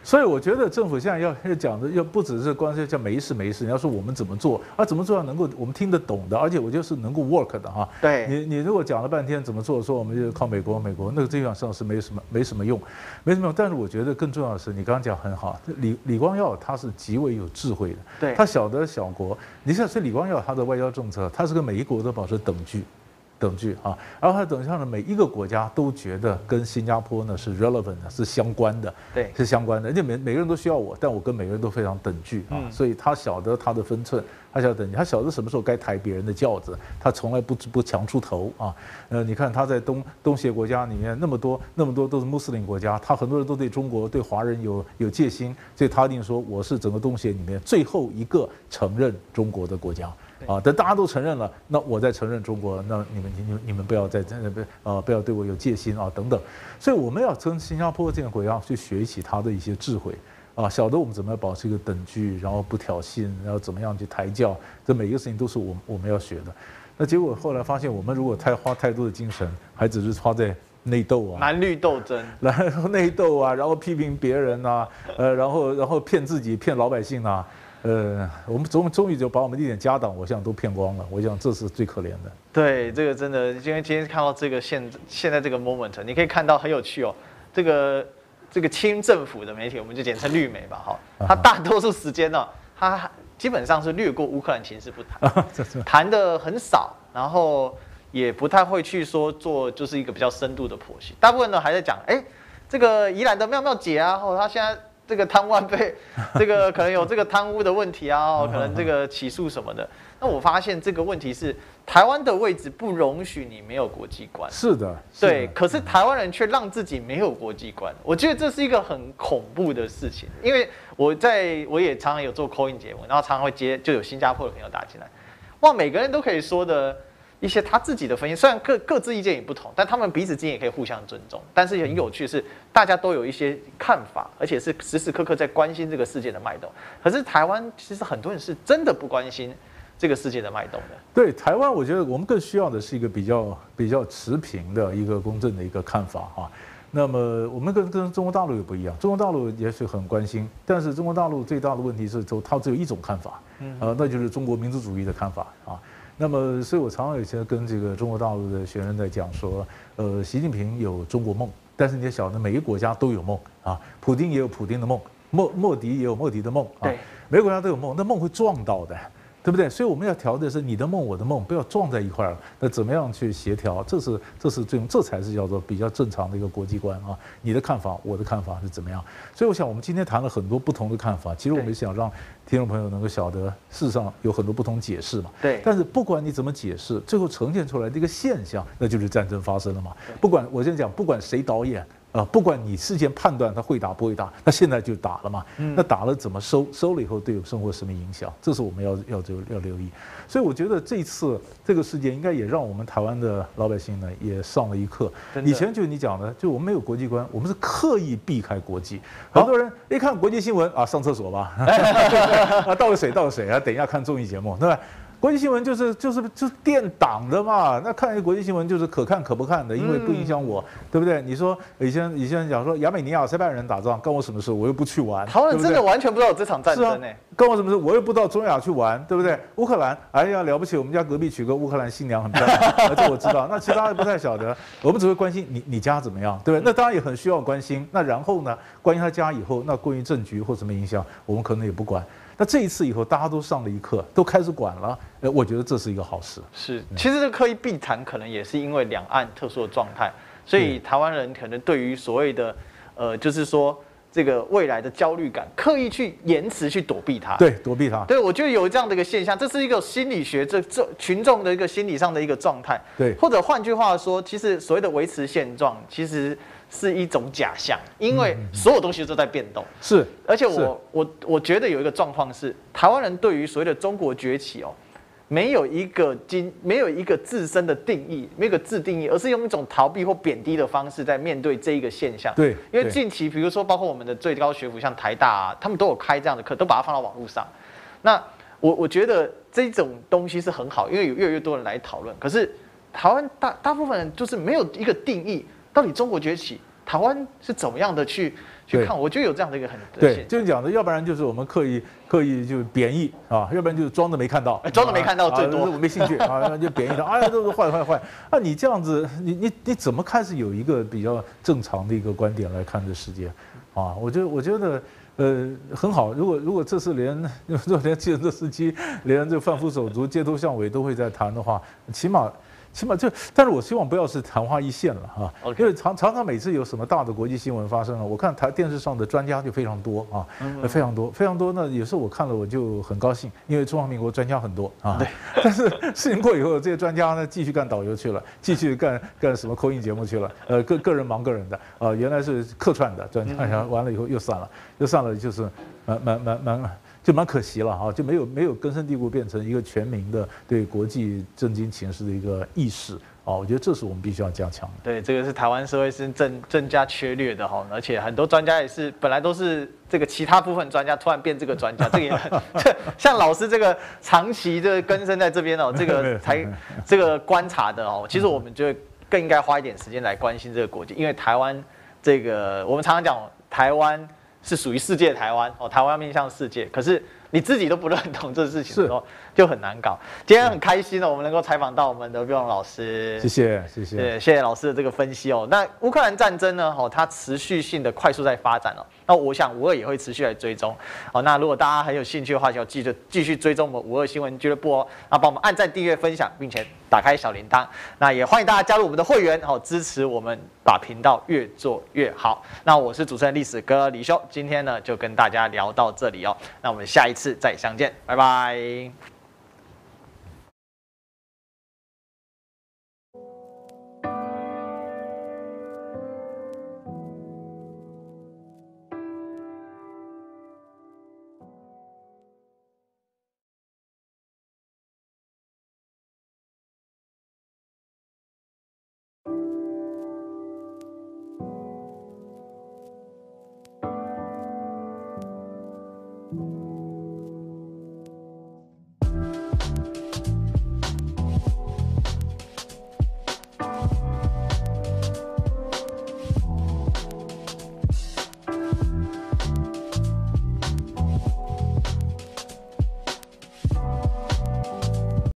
所以我觉得政府现在要讲的，要不只是光是叫没事没事，你要说我们怎么做，怎么做要能够我们听得懂的，而且我觉得是能够 work 的哈。 对， 你如果讲了半天怎么做，说我们就靠美国，那个这样上是没什么用。但是我觉得更重要的是，你刚刚讲很好，李光耀他是极为有智慧的， 对， 他晓得小国，你像是李光耀他的外交政策，他是跟每一国都保持等距啊，然后他等下呢，每一个国家都觉得跟新加坡呢是 relevant 的，是相关的， 对， 是相关的，而且每个人都需要我，但我跟每个人都非常等距啊，所以他晓得他的分寸，他晓得等距，他晓得什么时候该抬别人的轿子，他从来不强出头啊。你看他在东协国家里面那么多都是穆斯林国家，他很多人都对中国对华人有戒心，所以他一定说我是整个东协里面最后一个承认中国的国家。等大家都承认了，那我再承认中国，那你们不要再不要对我有戒心啊等等，所以我们要跟新加坡这个国家去学习他的一些智慧啊，晓得我们怎么样保持一个等距，然后不挑衅，然后怎么样去抬轿，这每一个事情都是我们要学的。那结果后来发现，我们如果花太多的精神，还只是花在内斗啊， 蓝绿斗争， 然后内斗啊，然后批评别人啊，然后骗自己骗老百姓啊。我们终于就把我们一点家当，我想都骗光了。我想这是最可怜的。 对，这个真的，因为今天看到这个现在这个 moment， 你可以看到很有趣哦。这个亲政府的媒体，我们就简称绿媒吧，哈，它大多数时间呢，它基本上是略过乌克兰情势不谈，谈的很少，然后也不太会去做就是一个比较深度的剖析。大部分呢还在讲，这个宜兰的妙妙姐啊，或者他现在。这个贪污案被这个可能有这个贪污的问题啊，可能这个起诉什么的。那我发现这个问题是台湾的位置不容许你没有国际观。 是的， 对。可是台湾人却让自己没有国际观，我觉得这是一个很恐怖的事情。因为我也常常有做 call in 节目，然后常常会就有新加坡的朋友打进来，哇，每个人都可以说的。一些他自己的分析，虽然各自意见也不同，但他们彼此之间也可以互相尊重。但是很有趣的是，大家都有一些看法，而且是时时刻刻在关心这个世界的脉动。可是台湾其实很多人是真的不关心这个世界的脉动的。 对台湾，我觉得我们更需要的是一个比较持平的一个公正的一个看法啊。那么我们跟中国大陆也不一样，中国大陆也许很关心，但是中国大陆最大的问题是，它只有一种看法，那就是中国民族主义的看法啊。那么，所以我常常有些跟这个中国大陆的学生在讲说，习近平有中国梦，但是你也晓得每个国家都有梦啊，普丁也有普丁的梦，莫迪也有莫迪的梦啊，每个国家都有梦，那梦会撞到的。对不对？所以我们要调的是你的梦我的梦，不要撞在一块儿。那怎么样去协调？这才是叫做比较正常的一个国际观啊。你的看法，我的看法是怎么样？所以我想我们今天谈了很多不同的看法，其实我们想让听众朋友能够晓得，事实上有很多不同解释嘛。 对。 但是不管你怎么解释，最后呈现出来的一个现象，那就是战争发生了嘛。不管我先讲，不管谁导演。不管你事先判断他会打不会打，那现在就打了嘛。那打了怎么收了以后对生活什么影响？这是我们要留意。所以我觉得这一次这个事件应该也让我们台湾的老百姓呢也上了一课。以前就是你讲的，就我们没有国际观，我们是刻意避开国际。很多人一看国际新闻啊，上厕所吧，倒个水啊，等一下看综艺节目，对吧？国际新闻就是垫档的嘛，那看一个国际新闻就是可看可不看的，因为不影响我，对不对？你说以前讲说亚美尼亚塞拜人打仗，关我什么事？我又不去玩。 台湾人真的完全不知道有这场战争呢， 关我什么事？我又不到中亚去玩，对不对？乌克兰，哎呀了不起，我们家隔壁娶个乌克兰新娘很漂亮，这我知道。那其他不太晓得，我们只会关心你家怎么样，对不对？那当然也很需要关心。那然后呢，关心他家以后，那关于政局或什么影响，我们可能也不管。那这一次以后，大家都上了一课，都开始管了。我觉得这是一个好事。 是，其实这个刻意避谈，可能也是因为两岸特殊的状态，所以台湾人可能对于所谓的就是说这个未来的焦虑感，刻意去延迟去躲避它。 对，躲避它。 对，我觉得有这样的一个现象，这是一个心理学这群众的一个心理上的一个状态。 对， 或者换句话说，其实所谓的维持现状，其实是一种假象，因为所有东西都在变动。 是， 而且我觉得有一个状况是，台湾人对于所谓的中国崛起没有一个自身的定义，没有一个自定义，而是用一种逃避或贬低的方式在面对这一个现象。 对， 因为近期比如说包括我们的最高学府像台大啊，他们都有开这样的课，都把它放到网络上。那我觉得这种东西是很好，因为有越来越多人来讨论。可是台湾大部分人就是没有一个定义，到底中国崛起台湾是怎么样的去看？我觉得有这样的一个很对，就是讲的，要不然就是我们刻意就贬义啊，要不然就是装着没看到， 装着没看到最多， 我没兴趣啊，就贬义的，哎呀，都是坏。那你这样子，你怎么开始有一个比较正常的一个观点来看这世界啊？我觉得。很好。如果这次连计程车司机、连这贩夫手足、街头巷尾都会在谈的话，起码就，但是我希望不要是昙花一现了啊，因为常常每次有什么大的国际新闻发生了，我看电视上的专家就非常多啊，非常多。那有时候我看了我就很高兴，因为中华民国专家很多啊。但是事情过以后，这些专家呢继续干导游去了，继续干什么口音节目去了，个人忙个人的啊，原来是客串的专家，完了以后又散了，就是蛮可惜了哈，就没有根深蒂固变成一个全民的对国际政经情势的一个意识啊，我觉得这是我们必须要加强的。 对，这个是台湾社会是更加缺略的哈，而且很多专家也是本来都是这个其他部分专家，突然变这个专家，这个也很像老师这个长期这个根深在这边哦，这个观察的哦，其实我们就更应该花一点时间来关心这个国际，因为台湾这个我们常常讲台湾。是属于世界台湾哦，台湾要面向世界，可是你自己都不认同这事情的时候，就很难搞。今天很开心哦，我们能够采访到我们的岳荣老师， 谢谢， 谢谢老师的这个分析哦。那乌克兰战争呢，它持续性的快速在发展哦，那我想52也会持续来追踪哦。那如果大家很有兴趣的话，就继续追踪我们52新闻俱乐部哦，那帮我们按赞、订阅、分享，并且打开小铃铛。那也欢迎大家加入我们的会员哦，支持我们把频道越做越好。那我是主持人历史哥李修，今天呢就跟大家聊到这里哦，那我们下一次再相见，拜拜。